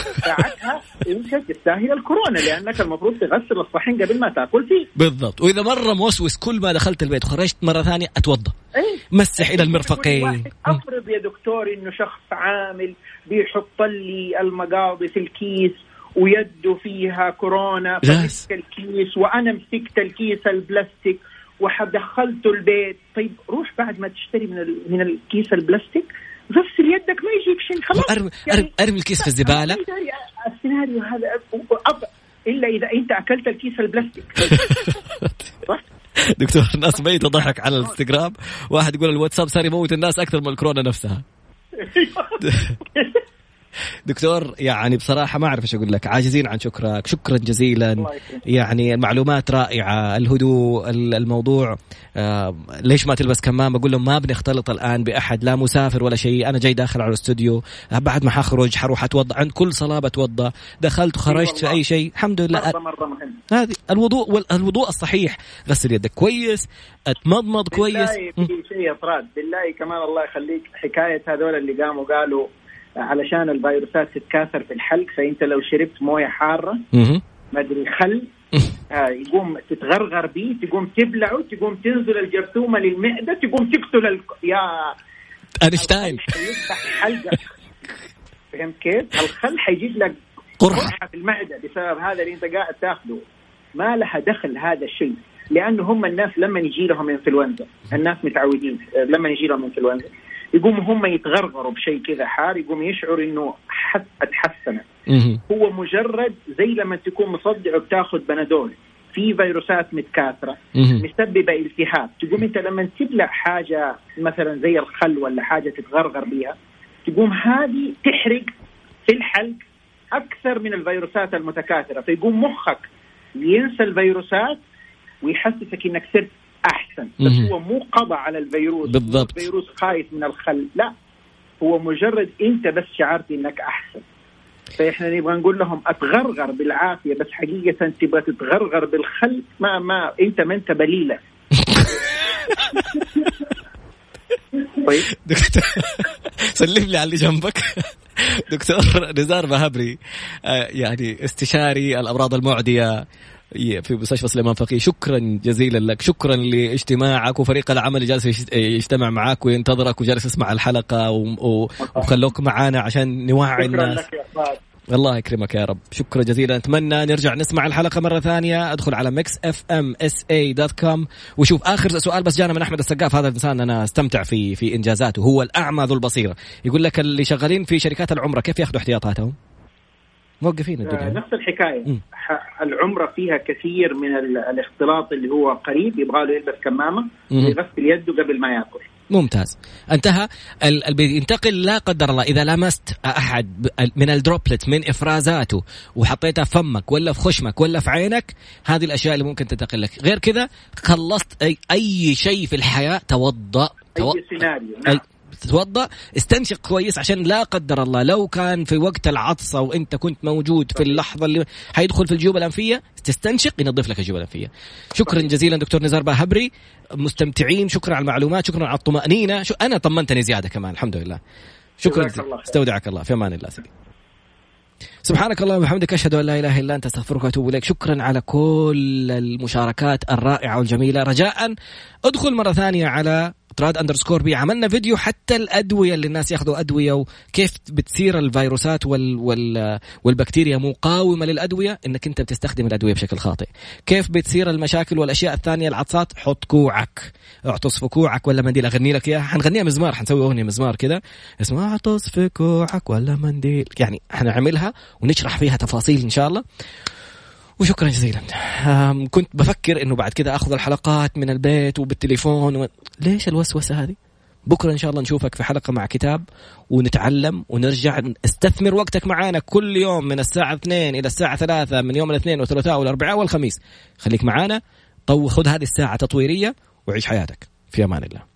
ساعتها انت تستاهل الكورونا، لانك المفروض تغسل الصحن قبل ما تاكل فيه. بالضبط. واذا مره موسوس كل ما دخلت البيت وخرجت مره ثانيه اتوضا، أيه؟ مسح الى المرفقين. افرض يا دكتور انه شخص عامل بيحط لي المقاضي في الكيس ويده فيها كورونا، فمسك الكيس وانا مسكت الكيس البلاستيك ودخلته البيت. طيب روح بعد ما تشتري من من الكيس البلاستيك غسل يدك، ما يجيك شيء، خلاص ارمي يعني ارمي الكيس في الزباله. السيناريو هذا أب... الا اذا انت اكلت الكيس البلاستيك. صح دكتور، الناس بيت ضحك على الانستغرام، واحد يقول الواتساب صار يموت الناس اكثر من الكورونا نفسها. دكتور يعني بصراحة ما أعرف إيش أقول لك، عاجزين عن شكرك، شكرا جزيلا. يعني المعلومات رائعة، الهدوء، الموضوع آه ليش ما تلبس كمام؟ أقول لهم ما بنختلط الآن بأحد، لا مسافر ولا شيء، أنا جاي داخل على الاستوديو بعد ما حخرج حروح أتوضأ، عند كل صلاة بتوضأ، دخلت وخرجت في أي شيء الحمد لله. مرة مرة مهم هذه الوضوء، والوضوء الصحيح، غسل يدك كويس، اتمضمض كويس. بالله في شيء أفراد بالله كمان الله يخليك، حكاية هذول اللي قاموا قالوا علشان الفيروسات تتكاثر في الحلق، فأنت لو شربت موية حارة ما أدري خل آه يقوم تتغرغر بيه، تقوم تبلعه، تقوم تنزل الجرثومة للمعدة، تقوم تقتل ال... يا أينشتاين يفتح حلقك. فهم كيف؟ الخل حيجيب لك قرحة في المعدة بسبب هذا اللي أنت قاعد تأخذه. ما لها دخل هذا الشيء، لأنه هم الناس لما يجي لهم انفلونزا، الناس متعودين لما يجي لهم انفلونزا يقوموا هم يتغرغروا بشيء كذا حار، يقوم يشعر إنه حس اتحسن. هو مجرد زي لما تكون مصدع وبتاخذ بنادول، في فيروسات متكاثرة مسببة التهاب، تقوم أنت لما تبلع حاجة مثلا زي الخل ولا حاجة تتغرغر بيها، تقوم هذه تحرق في الحلق أكثر من الفيروسات المتكاثرة، فيقوم مخك ينسى الفيروسات ويحسسك إنك صرت أحسن. بس هو مو قضى على الفيروس بالضبط. الفيروس خايف من الخل، لا، هو مجرد أنت بس شعرت إنك أحسن. فإحنا نبغى نقول لهم أتغرغر بالعافية، بس حقيقة تبغى تتغرغر بالخل، ما ما أنت ما أنت بليلة. طيب دكتور سلم لي على اللي جنبك. دكتور نزار بهبري يعني استشاري الأمراض المعدية في مستشفى سليمان فقيه، شكرا جزيلا لك، شكرا لاجتماعك، وفريق العمل اللي جالس يجتمع معك وينتظرك وجالس يسمع الحلقة وخلوك معانا عشان نوعي الناس. الله يكرمك يا رب، شكرا جزيلا. أتمنى نرجع نسمع الحلقة مرة ثانية. أدخل على ميكس اف ام اس اي دوت كوم وشوف. آخر سؤال بس جانا من أحمد السقاف، هذا الإنسان أنا استمتع في في إنجازاته، هو الأعمى ذو البصيرة، يقول لك اللي شغالين في شركات العمرة كيف يأخذوا احتياطاتهم؟ موقفين الدنيا. نفس الحكاية. م. العمرة فيها كثير من الاختلاط اللي هو قريب، يبغى له يلبس كمامة ويغسل يده قبل ما يأكل. ممتاز. انتهى. ينتقل لا قدر الله إذا لمست أحد من الدروبلت من إفرازاته وحطيتها في فمك ولا في خشمك ولا في عينك، هذه الأشياء اللي ممكن تنتقل لك. غير كذا خلصت أي, أي شيء في الحياة، توضأ تو... أي سيناريو نعم. أي... تتوضأ، استنشق كويس عشان لا قدر الله لو كان في وقت العطسة وانت كنت موجود في اللحظة اللي حيدخل في الجيوب الأنفية، تستنشق ينظف لك الجيوب الأنفية. شكرا جزيلا دكتور نزار بهبري، مستمتعين، شكرا على المعلومات، شكرا على الطمأنينة، شو أنا طمنتني زيادة كمان الحمد لله. شكرا جزيلا، استودعك الله، في أمان الله سيدي. سبحانك اللهم وبحمدك، أشهد أن لا إله إلا أنت، أستغفرك وأتوب إليك. شكرا على كل المشاركات الرائعة والجميلة. رجاء ادخل مرة ثانية على تراد أندرسكور بي، عملنا فيديو حتى الأدوية اللي الناس ياخذوا أدوية وكيف بتصير الفيروسات وال وال والبكتيريا مقاومة للأدوية، إنك أنت بتستخدم الأدوية بشكل خاطئ. كيف بتصير المشاكل والأشياء الثانية، العطسات، حط كوعك، اعطس في كوعك ولا منديل. أغني لك إياها، حنغنيها مزمار، حنسوي أغنية مزمار كده اسمها اعطس في كوعك ولا منديل، يعني حنعملها ونشرح فيها تفاصيل إن شاء الله. وشكرا جزيلا. كنت بفكر انه بعد كده اخذ الحلقات من البيت وبالتليفون و... ليش الوسوسة هذه؟ بكرة ان شاء الله نشوفك في حلقة مع كتاب ونتعلم ونرجع. استثمر وقتك معانا كل يوم من الساعة اثنين الى الساعة ثلاثة، من يوم الاثنين والثلاثاء والاربعاء والخميس. خليك معانا، طو خذ هذه الساعة تطويرية وعيش حياتك. في امان الله.